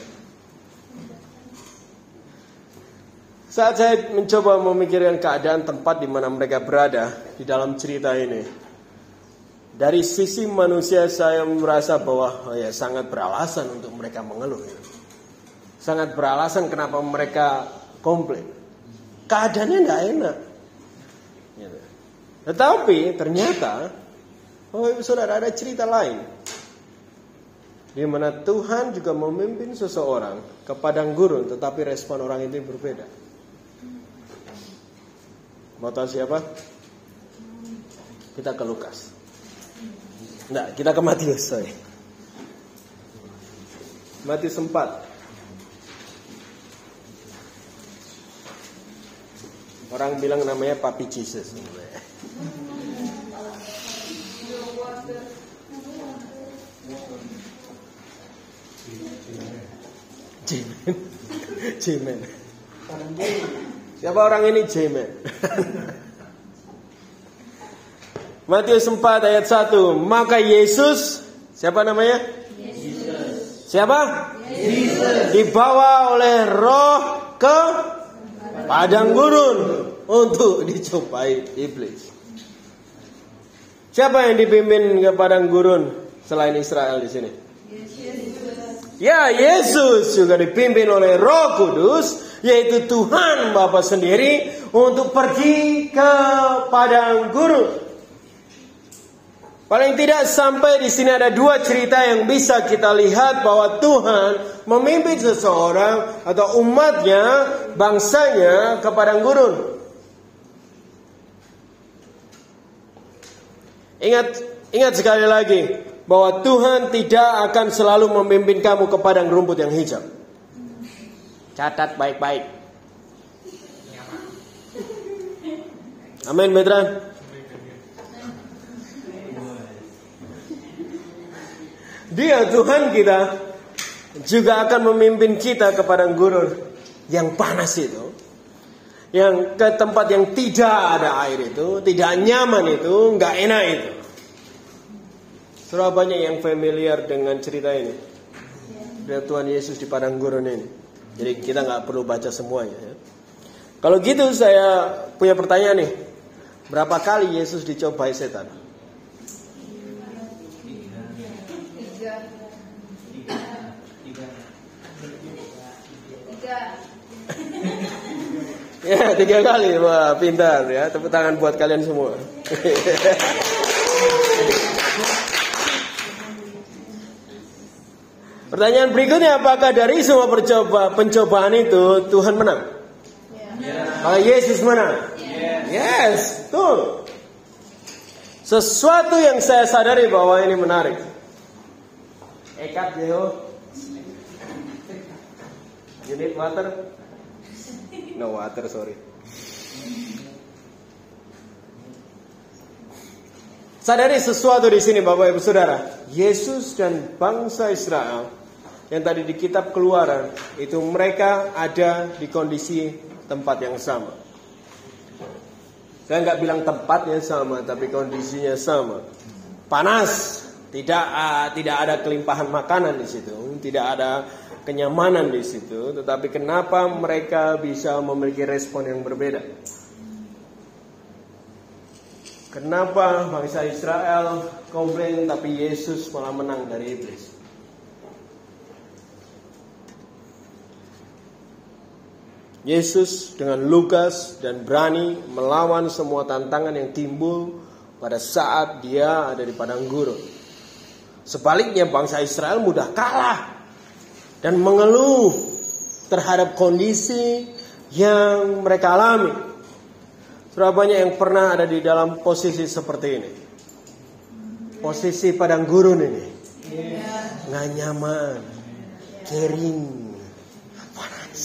Saat saya mencoba memikirkan keadaan tempat di mana mereka berada di dalam cerita ini, dari sisi manusia saya merasa bahwa sangat beralasan untuk mereka mengeluh. sangat beralasan kenapa mereka komplain. Keadaannya tidak enak. Tetapi ternyata, saudara, ada cerita lain, di mana Tuhan juga memimpin seseorang ke padang gurun, tetapi respon orang itu berbeda. Mau tahu siapa? Kita ke Lukas. Nah, kita ke Matius. Matius 4. Orang bilang namanya Papi Jesus. Jemen. Siapa orang ini? Jemen. Matius 4 ayat 1. Maka Yesus, siapa namanya? Yesus. Siapa? Yesus. Dibawa oleh Roh ke padang gurun untuk dicobai iblis. Siapa yang dipimpin ke padang gurun selain Israel di sini? Ya, Yesus juga dipimpin oleh Roh Kudus, yaitu Tuhan Bapa sendiri, untuk pergi ke padang gurun. Paling tidak sampai di sini ada dua cerita yang bisa kita lihat bahwa Tuhan memimpin seseorang atau umatnya, bangsanya ke padang gurun. Ingat sekali lagi bahwa Tuhan tidak akan selalu memimpin kamu ke padang rumput yang hijau. Catat baik-baik. Amin, Betran. Dia, Tuhan kita, juga akan memimpin kita ke padang gurun yang panas itu, yang ke tempat yang tidak ada air itu, tidak nyaman itu, nggak enak itu. Surah banyak yang familiar dengan cerita ini, dari Tuhan Yesus di padang gurun ini. Jadi kita nggak perlu baca semuanya. Ya. Kalau gitu saya punya pertanyaan nih, berapa kali Yesus dicobai setan? Ya, 3 kali. Wah, pintar ya. Tepuk tangan buat kalian semua. Pertanyaan berikutnya, apakah dari semua pencobaan itu Tuhan menang? Apakah Yesus menang? Yes, tuh. Sesuatu yang saya sadari bahwa ini menarik. Ekat Jeho. You need water? No water, sorry. Sadari sesuatu di sini, Bapak Ibu Saudara. Yesus dan bangsa Israel yang tadi di kitab Keluaran itu, mereka ada di kondisi tempat yang sama. Saya nggak bilang tempatnya sama, tapi kondisinya sama. Panas, tidak ada kelimpahan makanan di situ, tidak ada kenyamanan di situ, tetapi kenapa mereka bisa memiliki respon yang berbeda? Kenapa bangsa Israel komplain tapi Yesus malah menang dari iblis? Yesus dengan lugas dan berani melawan semua tantangan yang timbul pada saat dia ada di padang gurun. Sebaliknya bangsa Israel mudah kalah dan mengeluh terhadap kondisi yang mereka alami. Berapa banyak yang pernah ada di dalam posisi seperti ini? Posisi padang gurun ini, nggak nyaman, kering, panas,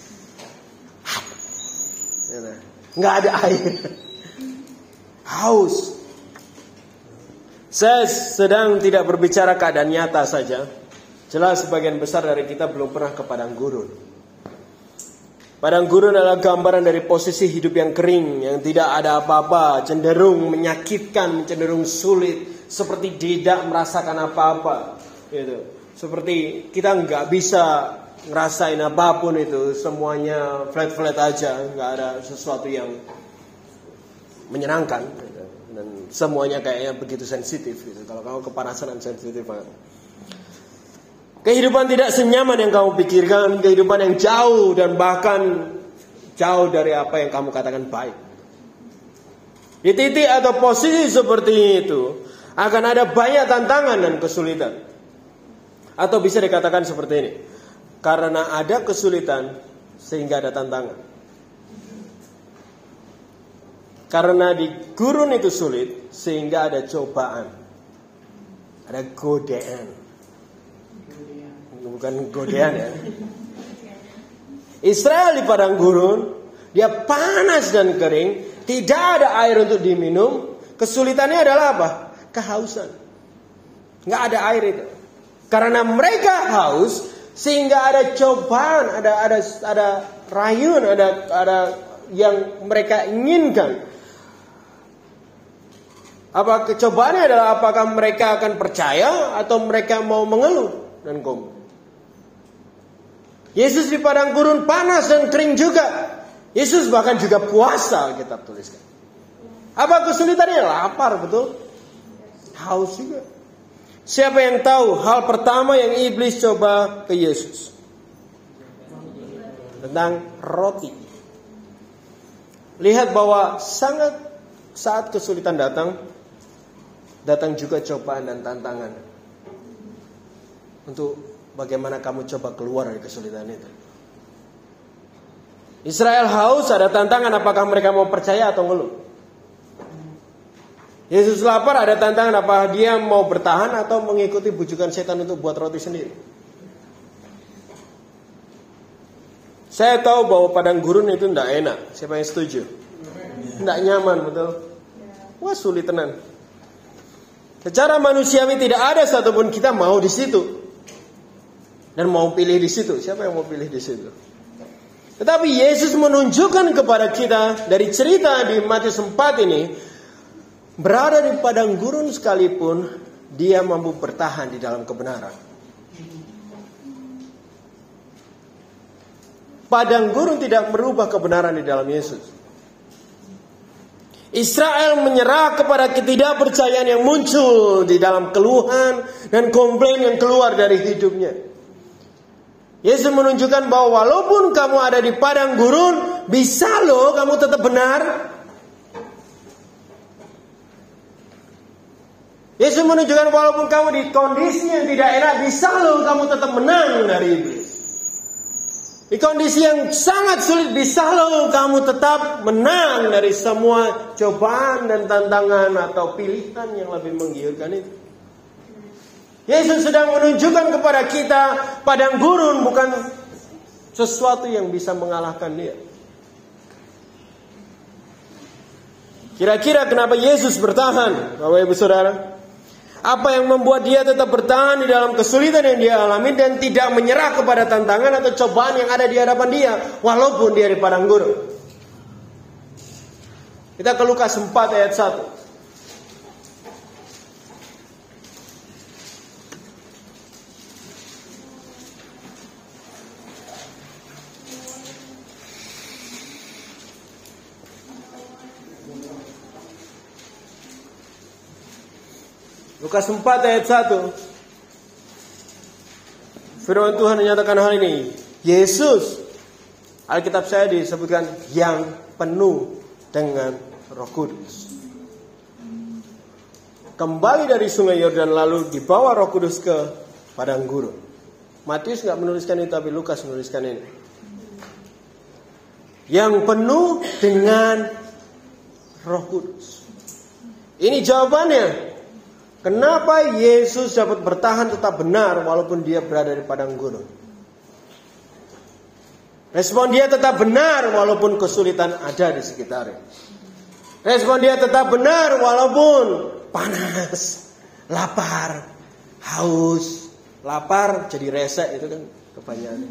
nggak ada air, haus. Saya sedang tidak berbicara keadaan nyata saja. Jelas sebagian besar dari kita belum pernah ke padang gurun. Padang gurun adalah gambaran dari posisi hidup yang kering, yang tidak ada apa-apa, cenderung menyakitkan, cenderung sulit, seperti tidak merasakan apa-apa. Gitu. Seperti kita nggak bisa ngerasain apapun itu, semuanya flat-flat aja, nggak ada sesuatu yang menyenangkan. Gitu. Dan semuanya kayaknya begitu sensitif. Gitu. Kalau kamu kepanasan dan sensitif banget. Kehidupan tidak senyaman yang kamu pikirkan, kehidupan yang jauh dan bahkan jauh dari apa yang kamu katakan baik. Di titik atau posisi seperti itu akan ada banyak tantangan dan kesulitan. Atau bisa dikatakan seperti ini, karena ada kesulitan sehingga ada tantangan. Karena di gurun itu sulit sehingga ada cobaan, ada godaan. Bukan godean ya. Israel di padang gurun, dia panas dan kering, tidak ada air untuk diminum. Kesulitannya adalah apa? Kehausan. Nggak ada air itu. Karena mereka haus, sehingga ada cobaan, ada rayuan, ada yang mereka inginkan. Apa kecobaannya adalah apakah mereka akan percaya atau mereka mau mengeluh dan ngomong. Yesus di padang gurun panas dan kering juga. Yesus bahkan juga puasa, kita tuliskan. Apa kesulitannya? Lapar, betul? Haus juga. Siapa yang tahu hal pertama yang iblis coba ke Yesus? Tentang roti. Lihat bahwa saat kesulitan datang juga cobaan dan tantangan. Untuk bagaimana kamu coba keluar dari kesulitan itu. Israel haus, ada tantangan apakah mereka mau percaya atau ngeluh. Yesus lapar, ada tantangan apa dia mau bertahan atau mengikuti bujukan setan untuk buat roti sendiri. Saya tahu bahwa padang gurun itu tidak enak. Siapa yang setuju? Tidak nyaman, betul? Wah, sulit tenan. Secara manusiawi tidak ada satupun kita mau di situ. Dan mau pilih di situ. Siapa yang mau pilih di situ? Tetapi Yesus menunjukkan kepada kita dari cerita di Matius 4 ini, berada di padang gurun sekalipun dia mampu bertahan di dalam kebenaran. Padang gurun tidak merubah kebenaran di dalam Yesus. Israel menyerah kepada ketidakpercayaan yang muncul di dalam keluhan dan komplain yang keluar dari hidupnya. Yesus menunjukkan bahwa walaupun kamu ada di padang gurun, bisa loh kamu tetap benar. Yesus menunjukkan walaupun kamu di kondisi yang tidak enak, bisa loh kamu tetap menang dari iblis. Di kondisi yang sangat sulit, bisa loh kamu tetap menang dari semua cobaan dan tantangan atau pilihan yang lebih menggiurkan itu. Yesus sedang menunjukkan kepada kita padang gurun bukan sesuatu yang bisa mengalahkan dia. Kira-kira kenapa Yesus bertahan, Bapak Ibu Saudara? Apa yang membuat dia tetap bertahan di dalam kesulitan yang dia alami dan tidak menyerah kepada tantangan atau cobaan yang ada di hadapan dia walaupun dia di padang gurun? Kita ke Lukas 4 ayat 1. Lukas 4 ayat 1. Firman Tuhan menyatakan hal ini. Yesus, Alkitab saya disebutkan yang penuh dengan Roh Kudus, kembali dari sungai Yordan lalu dibawa Roh Kudus ke padang gurun. Matius nggak menuliskan itu, tapi Lukas menuliskan ini. Yang penuh dengan Roh Kudus. Ini jawabannya. Kenapa Yesus dapat bertahan tetap benar walaupun dia berada di padang gurun? Respon dia tetap benar walaupun kesulitan ada di sekitarnya. Respon dia tetap benar walaupun panas, lapar, haus. Lapar jadi resek, itu kan kebanyakan.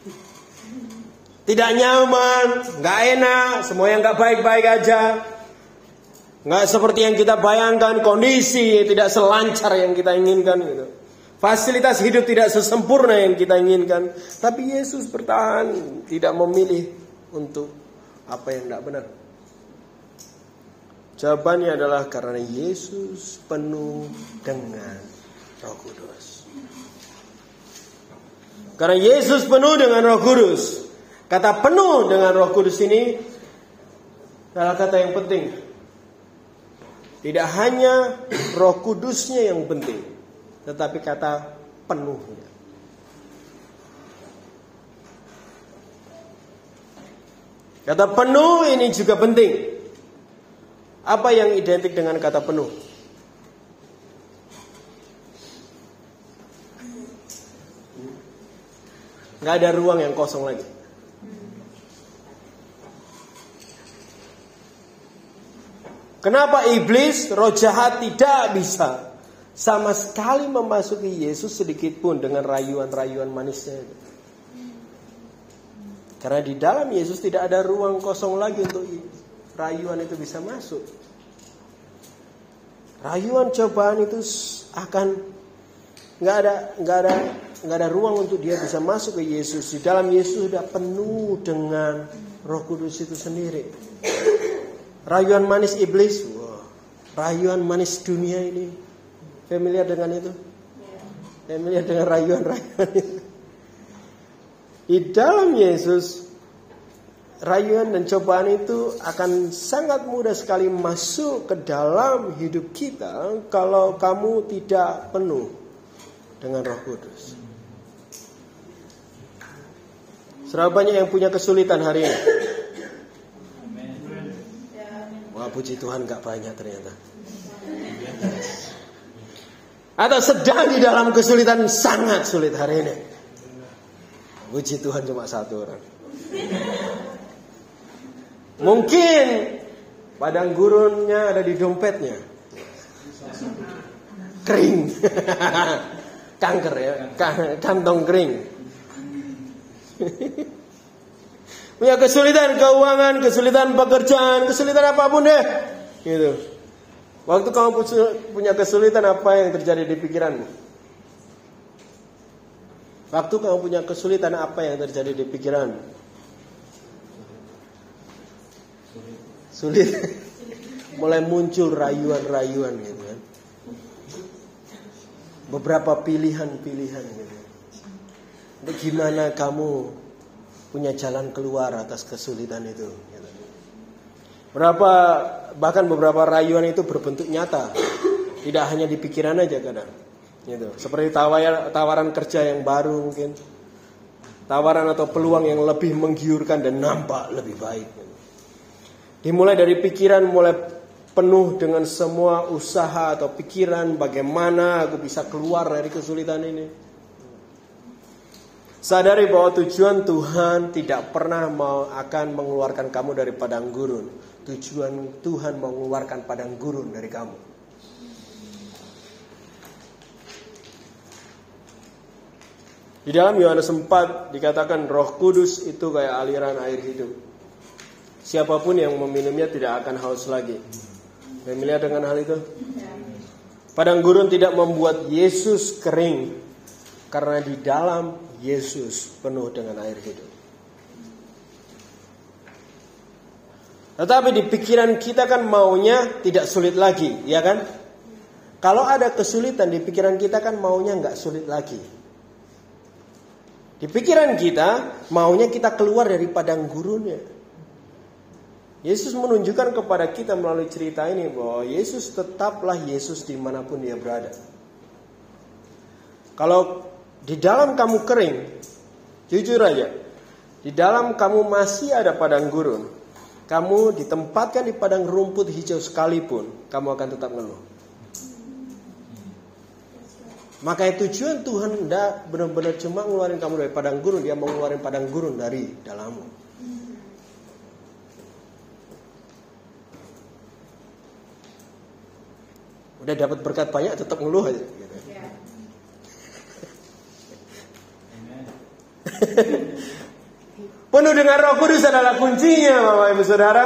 Tidak nyaman, gak enak, semuanya gak baik-baik aja. Nggak seperti yang kita bayangkan, kondisi tidak selancar yang kita inginkan gitu. Fasilitas hidup tidak sesempurna yang kita inginkan. Tapi Yesus bertahan, tidak memilih untuk apa yang tidak benar. Jawabannya adalah karena Yesus penuh dengan Roh Kudus. Karena Yesus penuh dengan Roh Kudus. Kata penuh dengan Roh Kudus ini adalah kata yang penting. Tidak hanya Roh Kudusnya yang penting, tetapi kata penuhnya. Kata penuh ini juga penting. Apa yang identik dengan kata penuh? Nggak ada ruang yang kosong lagi. Kenapa iblis, roh jahat tidak bisa sama sekali memasuki Yesus sedikit pun dengan rayuan-rayuan manisnya? Karena di dalam Yesus tidak ada ruang kosong lagi untuk rayuan itu bisa masuk. Rayuan cobaan itu akan nggak ada ruang untuk dia bisa masuk ke Yesus. Di dalam Yesus sudah penuh dengan Roh Kudus itu sendiri. Rayuan manis iblis, rayuan manis dunia ini, familiar dengan itu? Familiar dengan rayuan-rayuan itu? Di dalam Yesus, rayuan dan cobaan itu akan sangat mudah sekali masuk ke dalam hidup kita kalau kamu tidak penuh dengan Roh Kudus. Serapa banyak yang punya kesulitan hari ini? Wah, puji Tuhan gak banyak ternyata. Atau sedang di dalam kesulitan sangat sulit hari ini. Puji Tuhan cuma satu orang. Mungkin padang gurunnya ada di dompetnya. Kering. Kanker ya, kantong kering. Punya kesulitan keuangan, kesulitan pekerjaan, kesulitan apapun deh. Gitu. Waktu kamu punya kesulitan, apa yang terjadi di pikiranmu? Waktu kamu punya kesulitan, apa yang terjadi di pikiranmu? Sulit. Mulai muncul rayuan-rayuan gitu kan. Beberapa pilihan-pilihan gitu. Bagaimana kamu punya jalan keluar atas kesulitan itu gitu. Bahkan beberapa rayuan itu berbentuk nyata. Tidak hanya di pikiran aja kadang gitu. Seperti tawaran kerja yang baru mungkin. Tawaran atau peluang yang lebih menggiurkan dan nampak lebih baik gitu. Dimulai dari pikiran, mulai penuh dengan semua usaha atau pikiran bagaimana aku bisa keluar dari kesulitan ini. Sadari bahwa tujuan Tuhan tidak pernah akan mengeluarkan kamu dari padang gurun. Tujuan Tuhan mengeluarkan padang gurun dari kamu. Di dalam Yohanes 4 dikatakan Roh Kudus itu kayak aliran air hidup. Siapapun yang meminumnya tidak akan haus lagi. Familiar dengan hal itu? Padang gurun tidak membuat Yesus kering, karena di dalam Yesus penuh dengan air hidup. Tetapi di pikiran kita kan maunya tidak sulit lagi, ya kan? Kalau ada kesulitan di pikiran kita kan maunya nggak sulit lagi. Di pikiran kita maunya kita keluar dari padang gurunnya. Yesus menunjukkan kepada kita melalui cerita ini bahwa Yesus tetaplah Yesus dimanapun dia berada. Kalau di dalam kamu kering, jujur aja, di dalam kamu masih ada padang gurun, kamu ditempatkan di padang rumput hijau sekalipun, kamu akan tetap ngeluh. Makanya tujuan Tuhan tidak benar-benar cuma ngeluarin kamu dari padang gurun, dia mau ngeluarin padang gurun dari dalammu. Udah dapat berkat banyak tetap ngeluh aja gitu. Penuh dengan Roh Kudus adalah kuncinya, Bapak Ibu Saudara.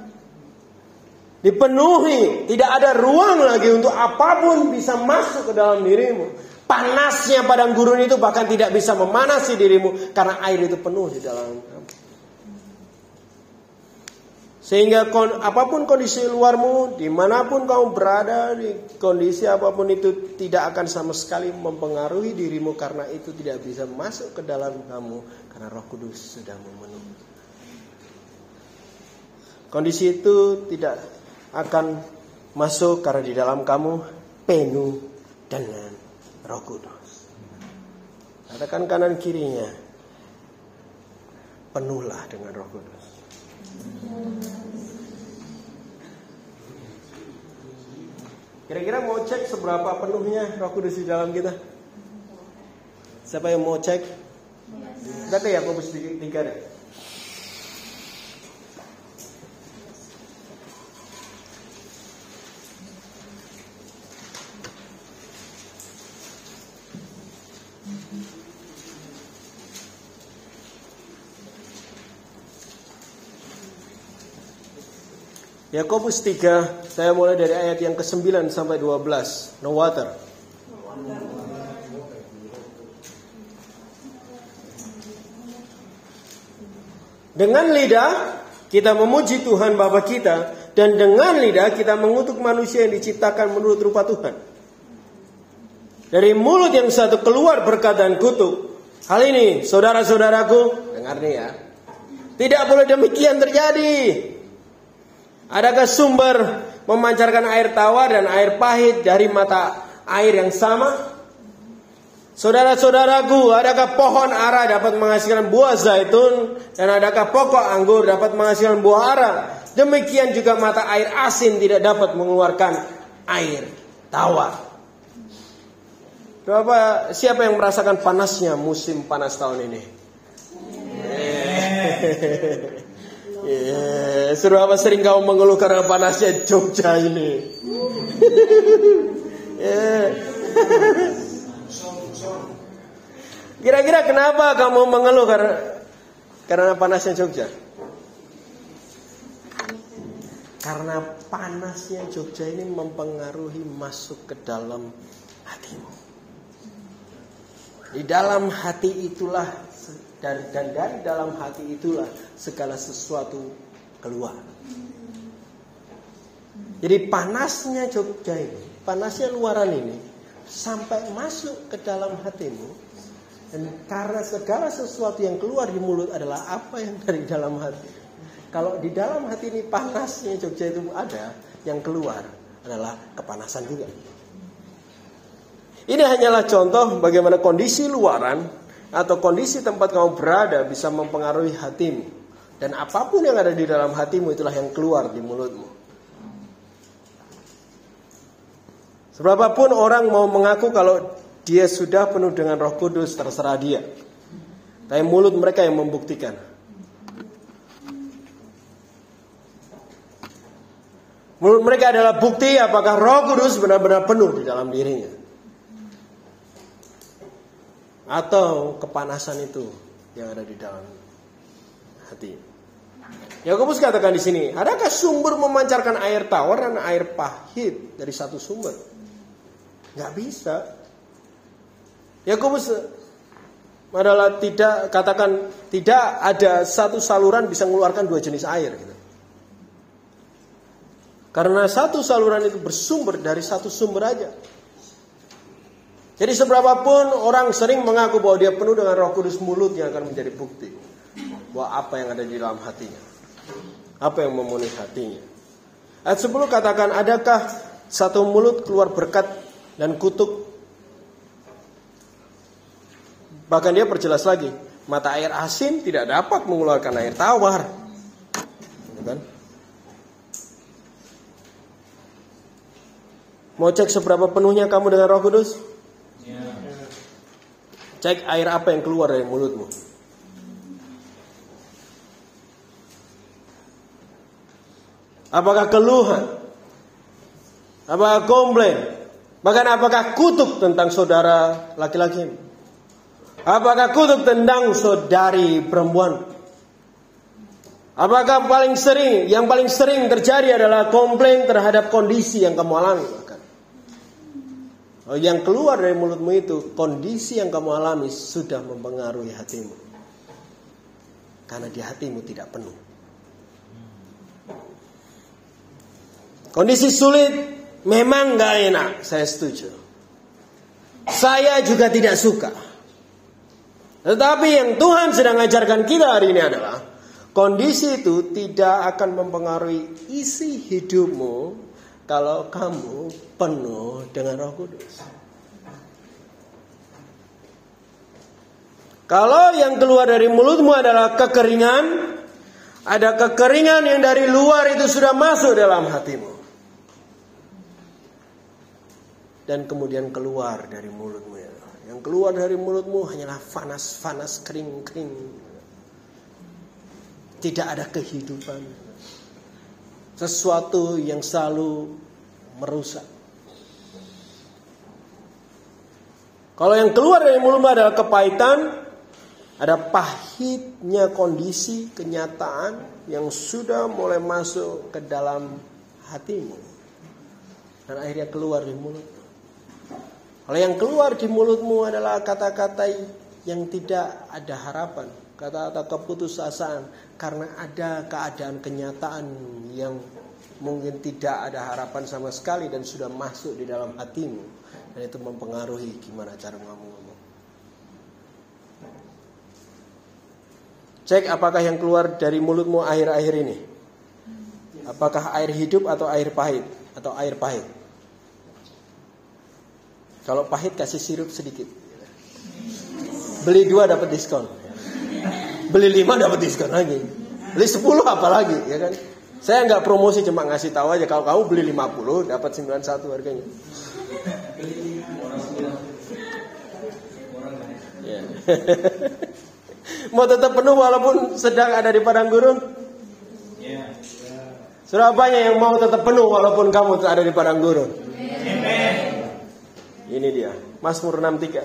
Dipenuhi, tidak ada ruang lagi untuk apapun bisa masuk ke dalam dirimu. Panasnya padang gurun itu bahkan tidak bisa memanasi dirimu karena air itu penuh di dalam kamu. Sehingga apapun kondisi luarmu, dimanapun kamu berada, di kondisi apapun itu tidak akan sama sekali mempengaruhi dirimu, karena itu tidak bisa masuk ke dalam kamu karena Roh Kudus sudah memenuhi. Kondisi itu tidak akan masuk karena di dalam kamu penuh dengan Roh Kudus. Katakan kanan kirinya, penuhlah dengan Roh Kudus. Kira-kira mau cek seberapa penuhnya Roh Kudus di dalam kita? Siapa yang mau cek? Kita ke Yakobus 3 deh. Yakobus 3, saya mulai dari ayat yang ke-9 sampai 12. No water. Dengan lidah kita memuji Tuhan Bapa kita, dan dengan lidah kita mengutuk manusia yang diciptakan menurut rupa Tuhan. Dari mulut yang satu keluar berkat dan kutuk. Hal ini, saudara-saudaraku, dengar nih ya, tidak boleh demikian terjadi. Adakah sumber memancarkan air tawar dan air pahit dari mata air yang sama? Saudara-saudaraku, adakah pohon ara dapat menghasilkan buah zaitun, dan adakah pokok anggur dapat menghasilkan buah ara? Demikian juga mata air asin tidak dapat mengeluarkan air tawar. Siapa yang merasakan panasnya musim panas tahun ini? Seberapa sering kamu mengeluh karena panasnya Jogja ini? Kira-kira kenapa kamu mengeluh karena panasnya Jogja? Karena panasnya Jogja ini mempengaruhi masuk ke dalam hatimu. Di dalam hati itulah, dan dari dalam hati itulah segala sesuatu keluar. Jadi panasnya Jogja ini, panasnya luaran ini, sampai masuk ke dalam hatimu. Dan karena segala sesuatu yang keluar di mulut adalah apa yang dari dalam hati. Kalau di dalam hati ini panasnya Jogja itu ada, yang keluar adalah kepanasan juga. Ini hanyalah contoh bagaimana kondisi luaran atau kondisi tempat kamu berada bisa mempengaruhi hatimu. Dan apapun yang ada di dalam hatimu itulah yang keluar di mulutmu. Seberapapun orang mau mengaku kalau dia sudah penuh dengan Roh Kudus, terserah dia. Tapi mulut mereka yang membuktikan. Mulut mereka adalah bukti apakah Roh Kudus benar-benar penuh di dalam dirinya. Atau kepanasan itu yang ada di dalam hati. Yakobus katakan di sini, adakah sumber memancarkan air tawar dan air pahit dari satu sumber? Nggak bisa. Yakobus adalah tidak ada satu saluran bisa mengeluarkan dua jenis air. Gitu. Karena satu saluran itu bersumber dari satu sumber aja. Jadi seberapapun orang sering mengaku bahwa dia penuh dengan Roh Kudus, mulutnya akan menjadi bukti bahwa apa yang ada di dalam hatinya, apa yang memenuhi hatinya. Ayat 10 katakan, adakah satu mulut keluar berkat dan kutuk? Bahkan dia perjelas lagi, mata air asin tidak dapat mengeluarkan air tawar. Kan? Mau cek seberapa penuhnya kamu dengan Roh Kudus? Cek air apa yang keluar dari mulutmu. Apakah keluhan? Apakah komplain? Bahkan apakah kutuk tentang saudara laki-laki? Apakah kutuk tentang saudari perempuan? Apakah yang paling sering terjadi adalah komplain terhadap kondisi yang kamu alami? Yang keluar dari mulutmu itu, kondisi yang kamu alami sudah mempengaruhi hatimu. Karena di hatimu tidak penuh. Kondisi sulit memang gak enak, saya setuju. Saya juga tidak suka. Tetapi yang Tuhan sedang ajarkan kita hari ini adalah kondisi itu tidak akan mempengaruhi isi hidupmu kalau kamu penuh dengan Roh Kudus. Kalau yang keluar dari mulutmu adalah kekeringan, ada kekeringan yang dari luar itu sudah masuk dalam hatimu. Dan kemudian keluar dari mulutmu. Yang keluar dari mulutmu hanyalah panas-panas, kering-kering. Tidak ada kehidupan. Sesuatu yang selalu merusak. Kalau yang keluar dari mulutmu adalah kepahitan, ada pahitnya kondisi, kenyataan yang sudah mulai masuk ke dalam hatimu. Dan akhirnya keluar di mulutmu. Kalau yang keluar di mulutmu adalah kata-kata yang tidak ada harapan. Kata-kata keputusasaan. Karena ada keadaan kenyataan yang mungkin tidak ada harapan sama sekali dan sudah masuk di dalam hatimu. Dan itu mempengaruhi gimana cara kamu ngomong. Cek apakah yang keluar dari mulutmu akhir-akhir ini. Apakah air hidup atau air pahit. Atau air pahit. Kalau pahit kasih sirup sedikit. Beli 2 dapat diskon. Beli 5 dapat diskon lagi. Beli 10 apalagi, ya kan? Saya nggak promosi, cuma ngasih tahu aja. Kalau kamu beli 50 dapat 91 harganya. Ya. Mau tetap penuh walaupun sedang ada di padang gurun? Surabaya yang mau tetap penuh walaupun kamu ada di padang gurun. Ini dia, Mazmur 63.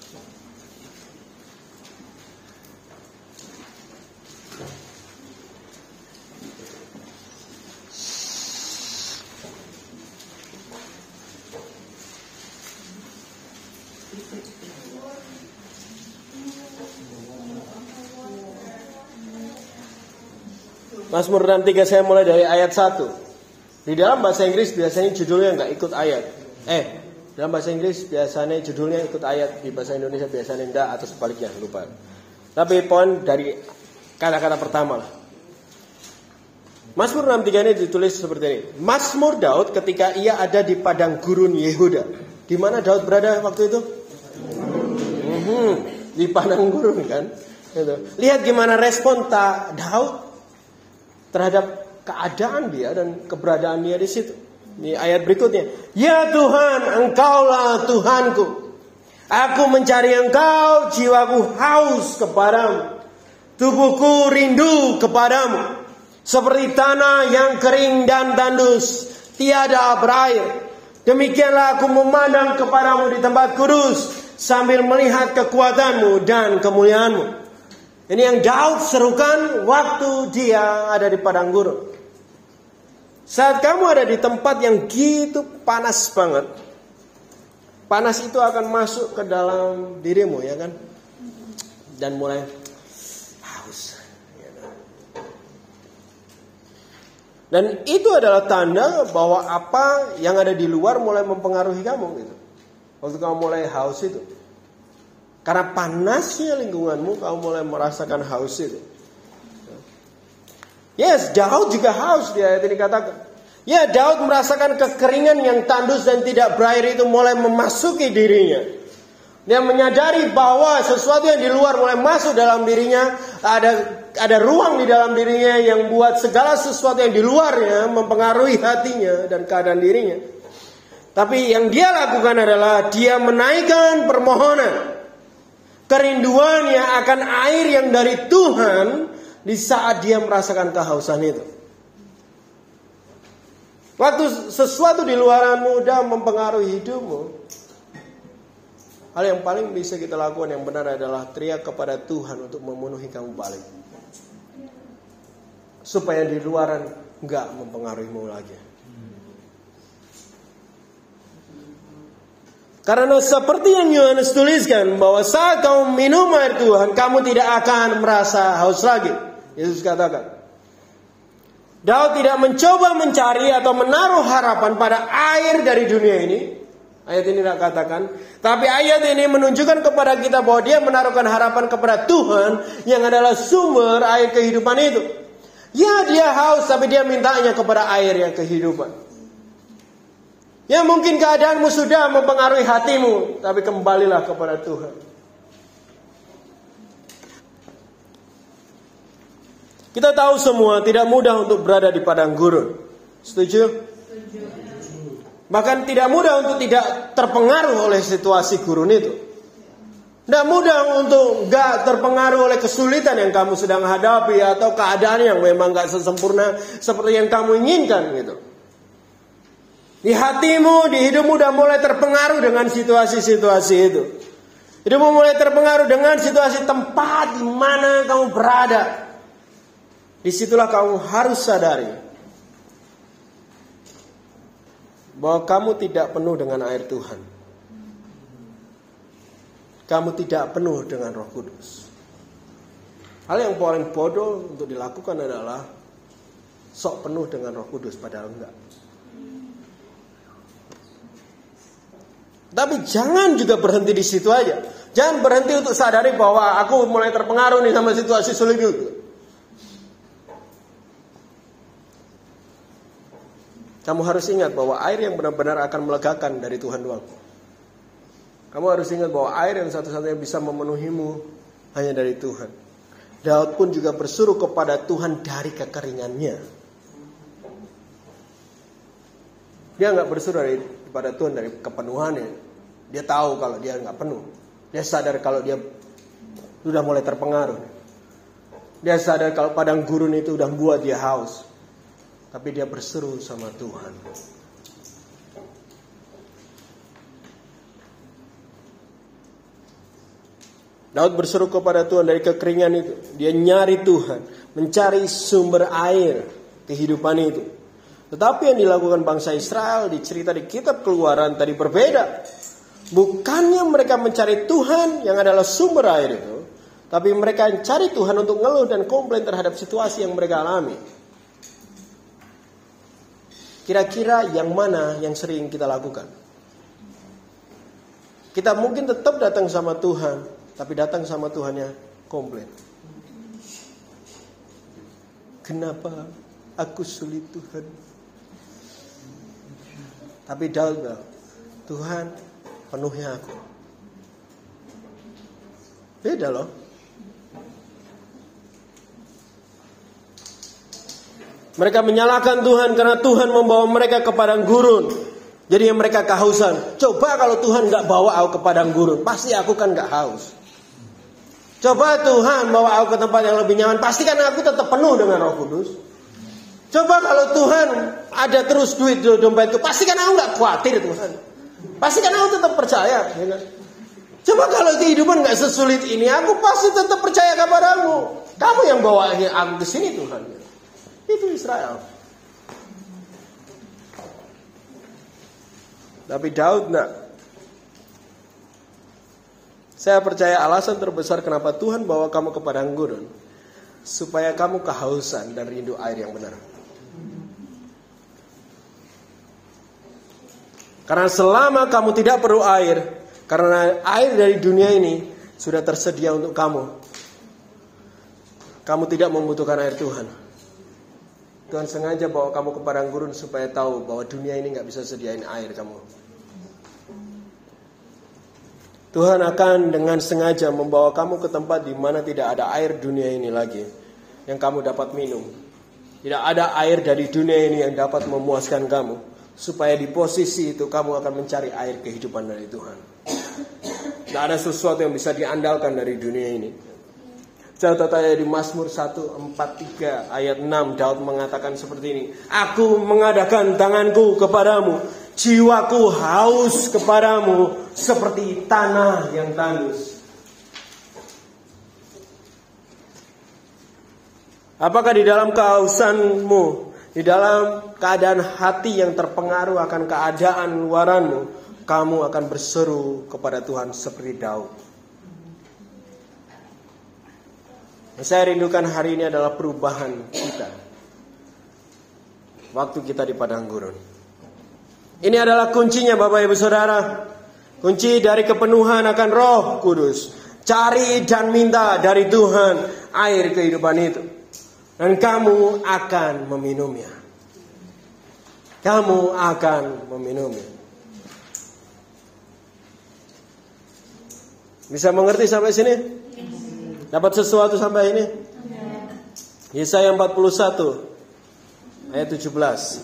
Mazmur 63 saya mulai dari ayat 1. Di dalam bahasa Inggris biasanya judulnya nggak ikut ayat. Dalam bahasa Inggris biasanya judulnya ikut ayat, di bahasa Indonesia biasanya enggak atau sebaliknya, lupa. Tapi poin dari kata-kata pertama lah. Mazmur 63 ini ditulis seperti ini. Mazmur Daud ketika ia ada di padang gurun Yehuda. Di mana Daud berada waktu itu? Di padang gurun kan. Lihat gimana respon Daud terhadap keadaan dia dan keberadaan dia di situ. Ini ayat berikutnya. Ya Tuhan, Engkaulah Tuhanku. Aku mencari Engkau, jiwaku haus kepadamu. Tubuhku rindu kepadamu. Seperti tanah yang kering dan tandus, tiada berair. Demikianlah aku memandang kepadamu di tempat kudus, sambil melihat kekuatanmu dan kemuliaanmu. Ini yang Daud serukan waktu dia ada di padang gurun. Saat kamu ada di tempat yang gitu panas banget, panas itu akan masuk ke dalam dirimu, ya kan? Dan mulai haus. Dan itu adalah tanda bahwa apa yang ada di luar mulai mempengaruhi kamu gitu. Waktu kamu mulai haus itu. Karena panasnya lingkunganmu, kamu mulai merasakan haus itu. Yes, Daud juga haus, di ayat ini katakan. Ya, Daud merasakan kekeringan yang tandus dan tidak berair itu mulai memasuki dirinya. Dia menyadari bahwa sesuatu yang di luar mulai masuk dalam dirinya. Ada ruang di dalam dirinya yang buat segala sesuatu yang di luarnya mempengaruhi hatinya dan keadaan dirinya. Tapi yang dia lakukan adalah dia menaikkan permohonan. Kerinduannya akan air yang dari Tuhan di saat dia merasakan kehausan itu. Waktu sesuatu di luaranmu udah mempengaruhi hidupmu, hal yang paling bisa kita lakukan yang benar adalah teriak kepada Tuhan untuk memenuhi kamu balik. Supaya di luaran enggak mempengaruhimu lagi. Karena seperti yang Yohanes tuliskan, bahwa saat kamu minum air Tuhan, kamu tidak akan merasa haus lagi. Yesus katakan. Daud tidak mencoba mencari atau menaruh harapan pada air dari dunia ini. Ayat ini tidak katakan. Tapi ayat ini menunjukkan kepada kita bahwa dia menaruhkan harapan kepada Tuhan yang adalah sumber air kehidupan itu. Ya, dia haus, tapi dia mintanya kepada air yang kehidupan. Ya, mungkin keadaanmu sudah mempengaruhi hatimu, tapi kembalilah kepada Tuhan. Kita tahu semua tidak mudah untuk berada di padang gurun. Setuju? Bahkan tidak mudah untuk tidak terpengaruh oleh situasi gurun itu. Tidak mudah untuk gak terpengaruh oleh kesulitan yang kamu sedang hadapi atau keadaan yang memang gak sesempurna seperti yang kamu inginkan gitu. Di hatimu, di hidupmu udah mulai terpengaruh dengan situasi-situasi itu. Hidupmu mulai terpengaruh dengan situasi tempat di mana kamu berada. Disitulah kamu harus sadari bahwa kamu tidak penuh dengan air Tuhan. Kamu tidak penuh dengan Roh Kudus. Hal yang paling bodoh untuk dilakukan adalah sok penuh dengan Roh Kudus, padahal enggak. Tapi jangan juga berhenti di situ aja. Jangan berhenti untuk sadari bahwa aku mulai terpengaruh nih sama situasi sulit itu. Kamu harus ingat bahwa air yang benar-benar akan melegakan dari Tuhan doang. Kamu harus ingat bahwa air yang satu-satunya bisa memenuhimu hanya dari Tuhan. Daud pun juga berseru kepada Tuhan dari kekeringannya. Dia nggak berseru kepada Tuhan dari kepenuhannya. Dia tahu kalau dia nggak penuh. Dia sadar kalau dia sudah mulai terpengaruh. Dia sadar kalau padang gurun itu udah membuat dia haus. Tapi dia berseru sama Tuhan. Daud berseru kepada Tuhan dari kekeringan itu. Dia nyari Tuhan, mencari sumber air kehidupan itu. Tetapi yang dilakukan bangsa Israel di cerita di kitab Keluaran tadi berbeda. Bukannya mereka mencari Tuhan yang adalah sumber air itu, tapi mereka mencari Tuhan untuk ngeluh dan komplain terhadap situasi yang mereka alami. Kira-kira yang mana yang sering kita lakukan? Kita mungkin tetap datang sama Tuhan, tapi datang sama Tuhannya komplain. Kenapa aku sulit Tuhan? Tapi Daud bilang, Tuhan penuhi aku. Beda loh. Mereka menyalahkan Tuhan karena Tuhan membawa mereka ke padang gurun. Jadi mereka kehausan. Coba kalau Tuhan gak bawa aku ke padang gurun, pasti aku kan gak haus. Coba Tuhan bawa aku ke tempat yang lebih nyaman, pasti kan aku tetap penuh dengan Roh Kudus. Coba kalau Tuhan ada terus duit di dompetku, pasti kan aku gak khawatir Tuhan. Pasti kan aku tetap percaya. Coba kalau kehidupan gak sesulit ini, aku pasti tetap percaya kepadamu. Kamu yang bawa aku ke sini Tuhan. Itu Israel. Tapi Daud enggak. Saya percaya alasan terbesar kenapa Tuhan bawa kamu ke padang gurun, supaya kamu kehausan dan rindu air yang benar. Karena selama kamu tidak perlu air, karena air dari dunia ini sudah tersedia untuk kamu, kamu tidak membutuhkan air Tuhan. Tuhan sengaja bawa kamu ke padang gurun supaya tahu bahwa dunia ini gak bisa sediain air kamu. Tuhan akan dengan sengaja membawa kamu ke tempat di mana tidak ada air dunia ini lagi yang kamu dapat minum. Tidak ada air dari dunia ini yang dapat memuaskan kamu. Supaya di posisi itu kamu akan mencari air kehidupan dari Tuhan. Tidak ada sesuatu yang bisa diandalkan dari dunia ini. Catat aja di Mazmur 143 ayat 6, Daud mengatakan seperti ini. Aku mengadakan tanganku kepadamu, jiwaku haus kepadamu seperti tanah yang tandus. Apakah di dalam kehausanmu, di dalam keadaan hati yang terpengaruh akan keadaan luaranmu, kamu akan berseru kepada Tuhan seperti Daud? Yang saya rindukan hari ini adalah perubahan kita. waktu kita di padang gurun. Ini adalah kuncinya Bapak Ibu Saudara. Kunci dari kepenuhan akan Roh Kudus. Cari dan minta dari Tuhan air kehidupan itu. Dan kamu akan meminumnya. Kamu akan meminumnya. Bisa mengerti sampai sini? Dapat sesuatu sampai ini? Yesaya 41 ayat 17.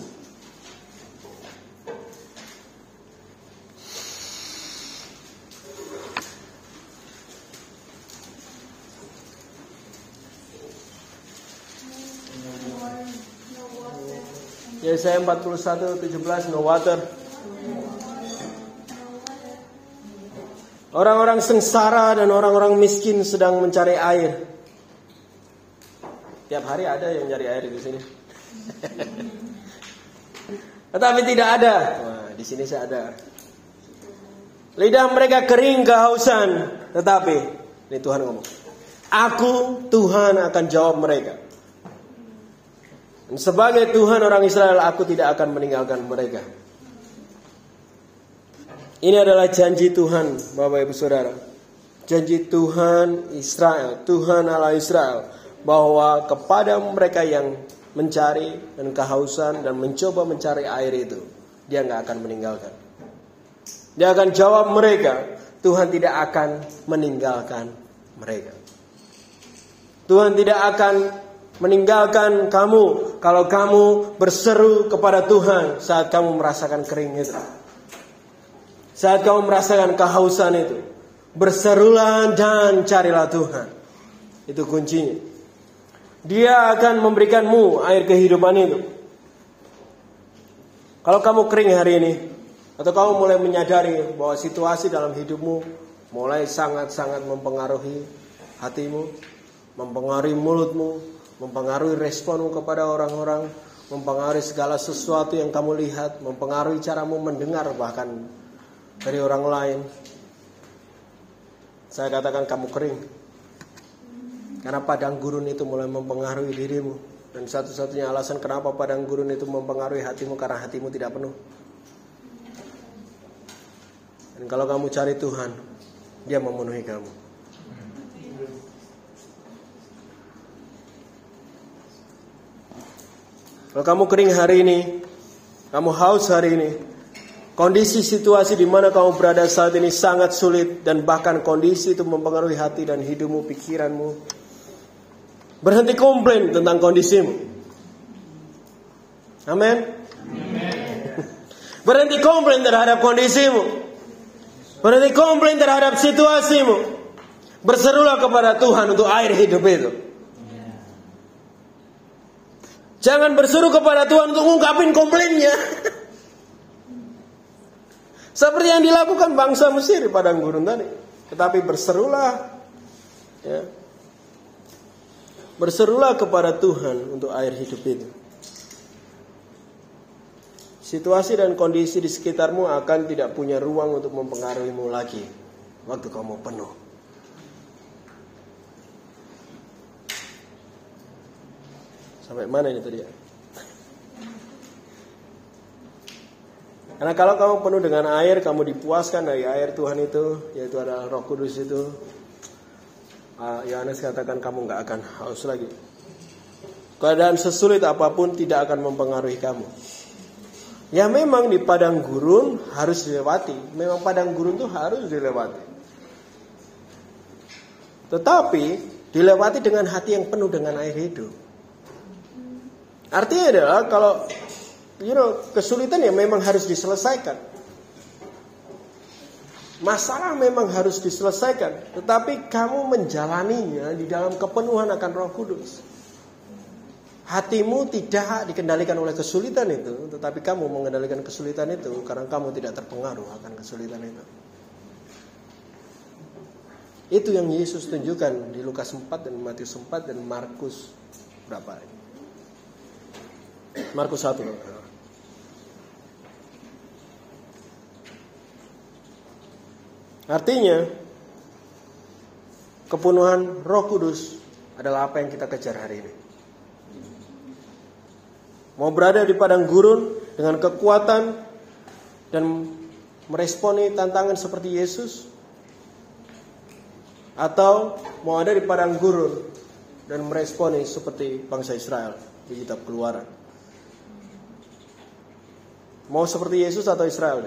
Yesaya 41:17, no water. Orang-orang sengsara dan orang-orang miskin sedang mencari air. Tiap hari ada yang mencari air di sini. Tetapi tidak ada. Wah, di sini saya ada. Lidah mereka kering kehausan, tetapi ini Tuhan ngomong, Aku Tuhan akan jawab mereka. Dan sebagai Tuhan orang Israel, aku tidak akan meninggalkan mereka. Ini adalah janji Tuhan, Bapak Ibu Saudara. Janji Tuhan Israel, Tuhan Allah Israel, bahwa kepada mereka yang mencari dan kehausan dan mencoba mencari air itu, Dia nggak akan meninggalkan. Dia akan jawab mereka. Tuhan tidak akan meninggalkan mereka. Tuhan tidak akan meninggalkan kamu kalau kamu berseru kepada Tuhan saat kamu merasakan kering itu. Saat kamu merasakan kehausan itu, berserulah dan carilah Tuhan. Itu kuncinya. Dia akan memberikanmu air kehidupan itu. Kalau kamu kering hari ini, atau kamu mulai menyadari bahwa situasi dalam hidupmu mulai sangat-sangat mempengaruhi hatimu, mempengaruhi mulutmu, mempengaruhi responmu kepada orang-orang, mempengaruhi segala sesuatu yang kamu lihat, mempengaruhi caramu mendengar bahkan dari orang lain. Saya katakan kamu kering. Karena padang gurun itu mulai mempengaruhi dirimu. Dan satu-satunya alasan kenapa padang gurun itu mempengaruhi hatimu, karena hatimu tidak penuh. Dan kalau kamu cari Tuhan, Dia memenuhi kamu. Kalau kamu kering hari ini, kamu haus hari ini, kondisi situasi di mana kamu berada saat ini sangat sulit, dan bahkan kondisi itu mempengaruhi hati dan hidupmu, pikiranmu. Berhenti komplain tentang kondisimu. Amin. Berhenti komplain terhadap kondisimu. Berhenti komplain terhadap situasimu. Berserulah kepada Tuhan untuk air hidup itu. Jangan berseru kepada Tuhan untuk ngungkapin komplainnya. Seperti yang dilakukan bangsa Mesir di padang gurun tadi. Tetapi berserulah, ya, berserulah kepada Tuhan untuk air hidup itu. Situasi dan kondisi di sekitarmu akan tidak punya ruang untuk mempengaruhimu lagi waktu kamu penuh. Sampai mana ini tadi ya? Karena kalau kamu penuh dengan air, kamu dipuaskan dari air Tuhan itu, yaitu adalah Roh Kudus itu. Yohanes katakan kamu gak akan haus lagi. Keadaan sesulit apapun tidak akan mempengaruhi kamu. Ya memang di padang gurun harus dilewati. Memang padang gurun itu harus dilewati. Tetapi dilewati dengan hati yang penuh dengan air hidup. Artinya adalah kalau kesulitan ya memang harus diselesaikan. Masalah memang harus diselesaikan, tetapi kamu menjalaninya di dalam kepenuhan akan Roh Kudus. Hatimu tidak dikendalikan oleh kesulitan itu, tetapi kamu mengendalikan kesulitan itu karena kamu tidak terpengaruh akan kesulitan itu. Itu yang Yesus tunjukkan di Lukas 4 dan Matius 4 dan Markus berapa? Markus 1. Artinya kepenuhan Roh Kudus adalah apa yang kita kejar hari ini. Mau berada di padang gurun dengan kekuatan dan meresponi tantangan seperti Yesus? Atau mau ada di padang gurun dan meresponi seperti bangsa Israel di kitab Keluaran? Mau seperti Yesus atau Israel?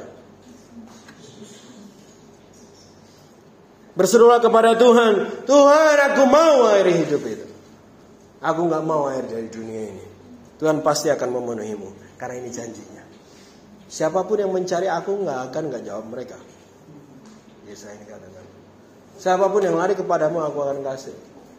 Berserulah kepada Tuhan, Tuhan, aku mau air hidup itu. Aku gak mau air dari dunia ini. Tuhan pasti akan memenuhimu, karena ini janjinya. Siapapun yang mencari aku gak jawab mereka. Yesaya ini katakan, siapapun yang lari kepadamu aku akan kasih.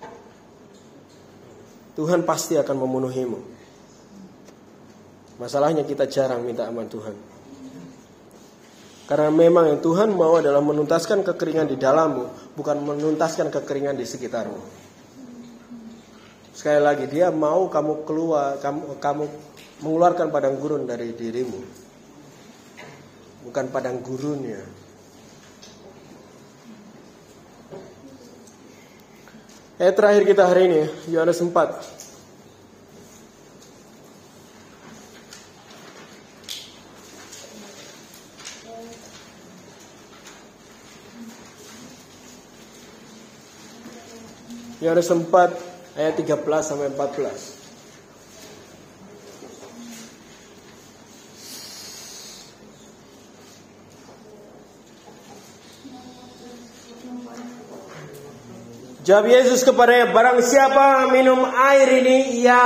Tuhan pasti akan memenuhimu. Masalahnya kita jarang minta aman Tuhan. Karena memang yang Tuhan mau adalah menuntaskan kekeringan di dalammu, bukan menuntaskan kekeringan di sekitarmu. Sekali lagi, Dia mau kamu keluar, kamu mengeluarkan padang gurun dari dirimu, bukan padang gurunnya. Ayat terakhir kita hari ini, Yohanes 4. Yohanes 4 ayat 13 sampai 14. Jawab Yesus kepadanya, barang siapa minum air ini, ia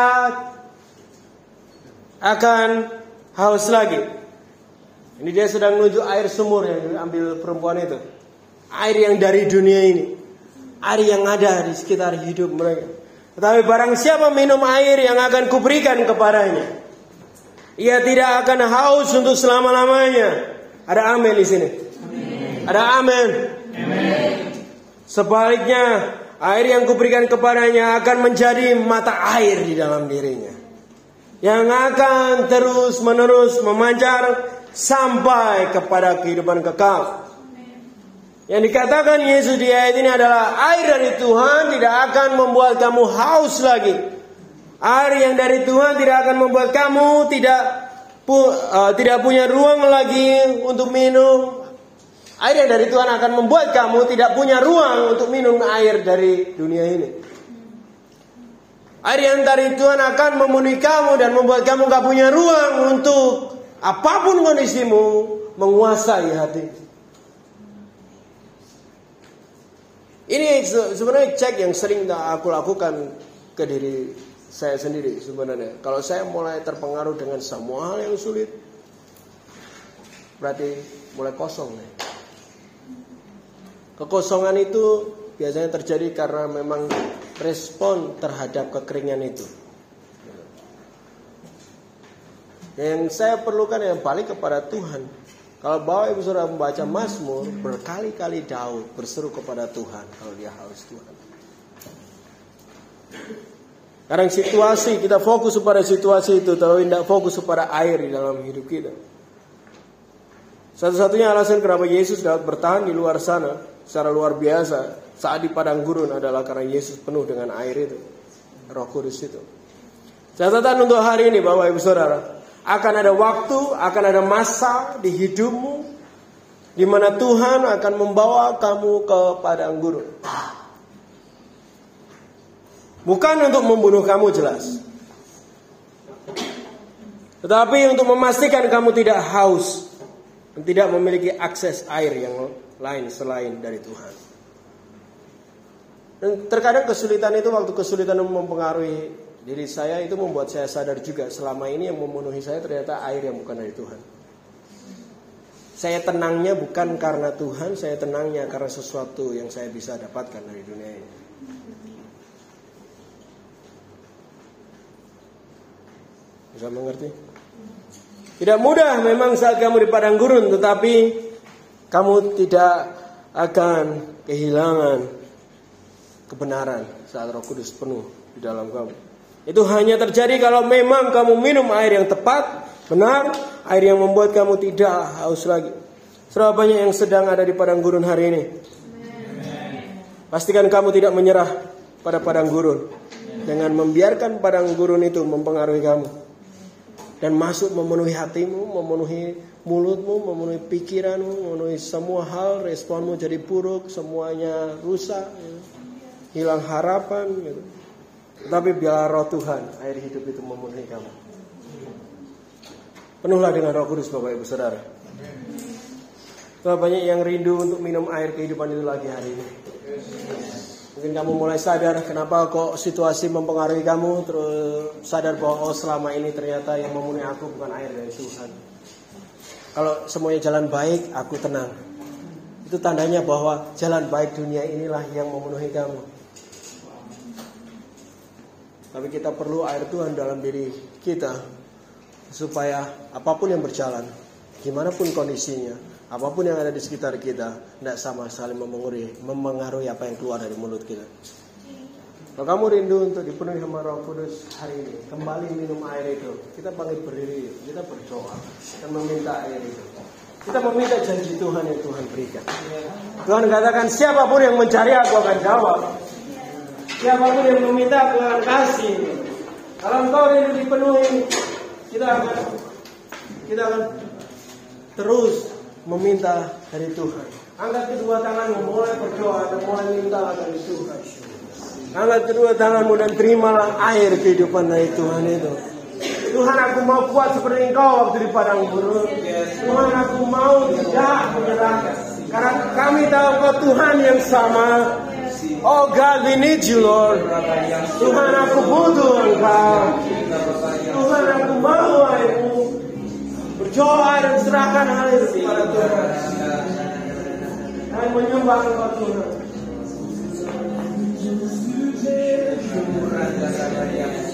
akan haus lagi. Ini dia sedang menuju air sumur yang diambil perempuan itu. Air yang dari dunia ini. Air yang ada di sekitar hidup mereka. Tetapi barang siapa minum air yang akan kuberikan kepadanya, ia tidak akan haus untuk selama-lamanya. Ada amin di sini. Amen. Ada amin. Amen. Sebaliknya, air yang kuberikan kepadanya akan menjadi mata air di dalam dirinya, yang akan terus-menerus memancar sampai kepada kehidupan kekal. Yang dikatakan Yesus di ayat ini adalah air dari Tuhan tidak akan membuat kamu haus lagi. Air yang dari Tuhan tidak akan membuat kamu tidak punya ruang lagi untuk minum. Air yang dari Tuhan akan membuat kamu tidak punya ruang untuk minum air dari dunia ini. Air yang dari Tuhan akan memenuhi kamu dan membuat kamu gak punya ruang untuk apapun kondisimu menguasai hati. Ini sebenarnya cek yang sering aku lakukan ke diri saya sendiri sebenarnya. Kalau saya mulai terpengaruh dengan semua hal yang sulit, berarti mulai kosong nih. Kekosongan itu biasanya terjadi karena memang respon terhadap kekeringan itu. Yang saya perlukan yang balik kepada Tuhan. Kalau Bapak Ibu Saudara membaca Mazmur, berkali-kali Daud berseru kepada Tuhan kalau dia haus Tuhan. Kadang situasi, kita fokus pada situasi itu, tapi tidak fokus pada air di dalam hidup kita. Satu-satunya alasan kenapa Yesus dapat bertahan di luar sana secara luar biasa saat di padang gurun adalah karena Yesus penuh dengan air itu, Roh Kudus itu. Catatan untuk hari ini Bapak Ibu Saudara, akan ada waktu, akan ada masa di hidupmu di mana Tuhan akan membawa kamu ke padang gurun. Bukan untuk membunuh kamu jelas, tetapi untuk memastikan kamu tidak haus dan tidak memiliki akses air yang lain selain dari Tuhan. Dan terkadang kesulitan itu, waktu kesulitan mempengaruhi diri saya, itu membuat saya sadar juga selama ini yang memenuhi saya ternyata air yang bukan dari Tuhan. Saya tenangnya bukan karena Tuhan, saya tenangnya karena sesuatu yang saya bisa dapatkan dari dunia ini. Bisa mengerti? Tidak mudah memang saat kamu di padang gurun, tetapi kamu tidak akan kehilangan kebenaran saat Roh Kudus penuh di dalam kamu. Itu hanya terjadi kalau memang kamu minum air yang tepat, benar, air yang membuat kamu tidak haus lagi. Berapa banyak yang sedang ada di padang gurun hari ini? Pastikan kamu tidak menyerah pada padang gurun dengan membiarkan padang gurun itu mempengaruhi kamu. dan masuk memenuhi hatimu, memenuhi mulutmu, memenuhi pikiranmu, memenuhi semua hal. Responmu jadi buruk, semuanya rusak, hilang harapan gitu. Tapi biarlah roh Tuhan, air hidup itu memenuhi kamu. Penuhlah dengan Roh Kudus, Bapak Ibu Saudara. Banyak yang rindu untuk minum air kehidupan itu lagi hari ini. Mungkin kamu mulai sadar kenapa kok situasi mempengaruhi kamu, terus sadar bahwa selama ini ternyata yang memenuhi aku bukan air dari Tuhan. Kalau semuanya jalan baik, aku tenang. Itu tandanya bahwa jalan baik dunia inilah yang memenuhi kamu. Tapi kita perlu air Tuhan dalam diri kita, supaya apapun yang berjalan, gimana pun kondisinya, apapun yang ada di sekitar kita, tidak sama sekali memengaruhi apa yang keluar dari mulut kita. Kalau kamu rindu untuk dipenuhi sama Roh Kudus hari ini, kembali minum air itu. Kita bangkit berdiri, kita berdoa dan meminta air itu. Kita meminta janji Tuhan yang Tuhan berikan. Tuhan katakan, siapapun yang mencari aku akan jawab. Siapapun yang meminta aku akan kasih. Kalau engkau rindu dipenuhi, kita akan terus meminta dari Tuhan. Angkat kedua tanganmu, mulai berdoa dan mulai minta dari Tuhan. Angkat kedua tanganmu dan terimalah air kehidupan dari Tuhan itu. Tuhan, aku mau kuat seperti Engkau waktu di padang gurun. Tuhan, aku mau tidak menyerah, karena kami tahu Kau Tuhan yang sama. Oh God, we need you, Lord. Tuhan, aku butuh Engkau. Tuhan, aku mau airmu. Berdoa dan serahkan hal itu kepada Tuhan. Kami menyembah Engkau, Tuhan.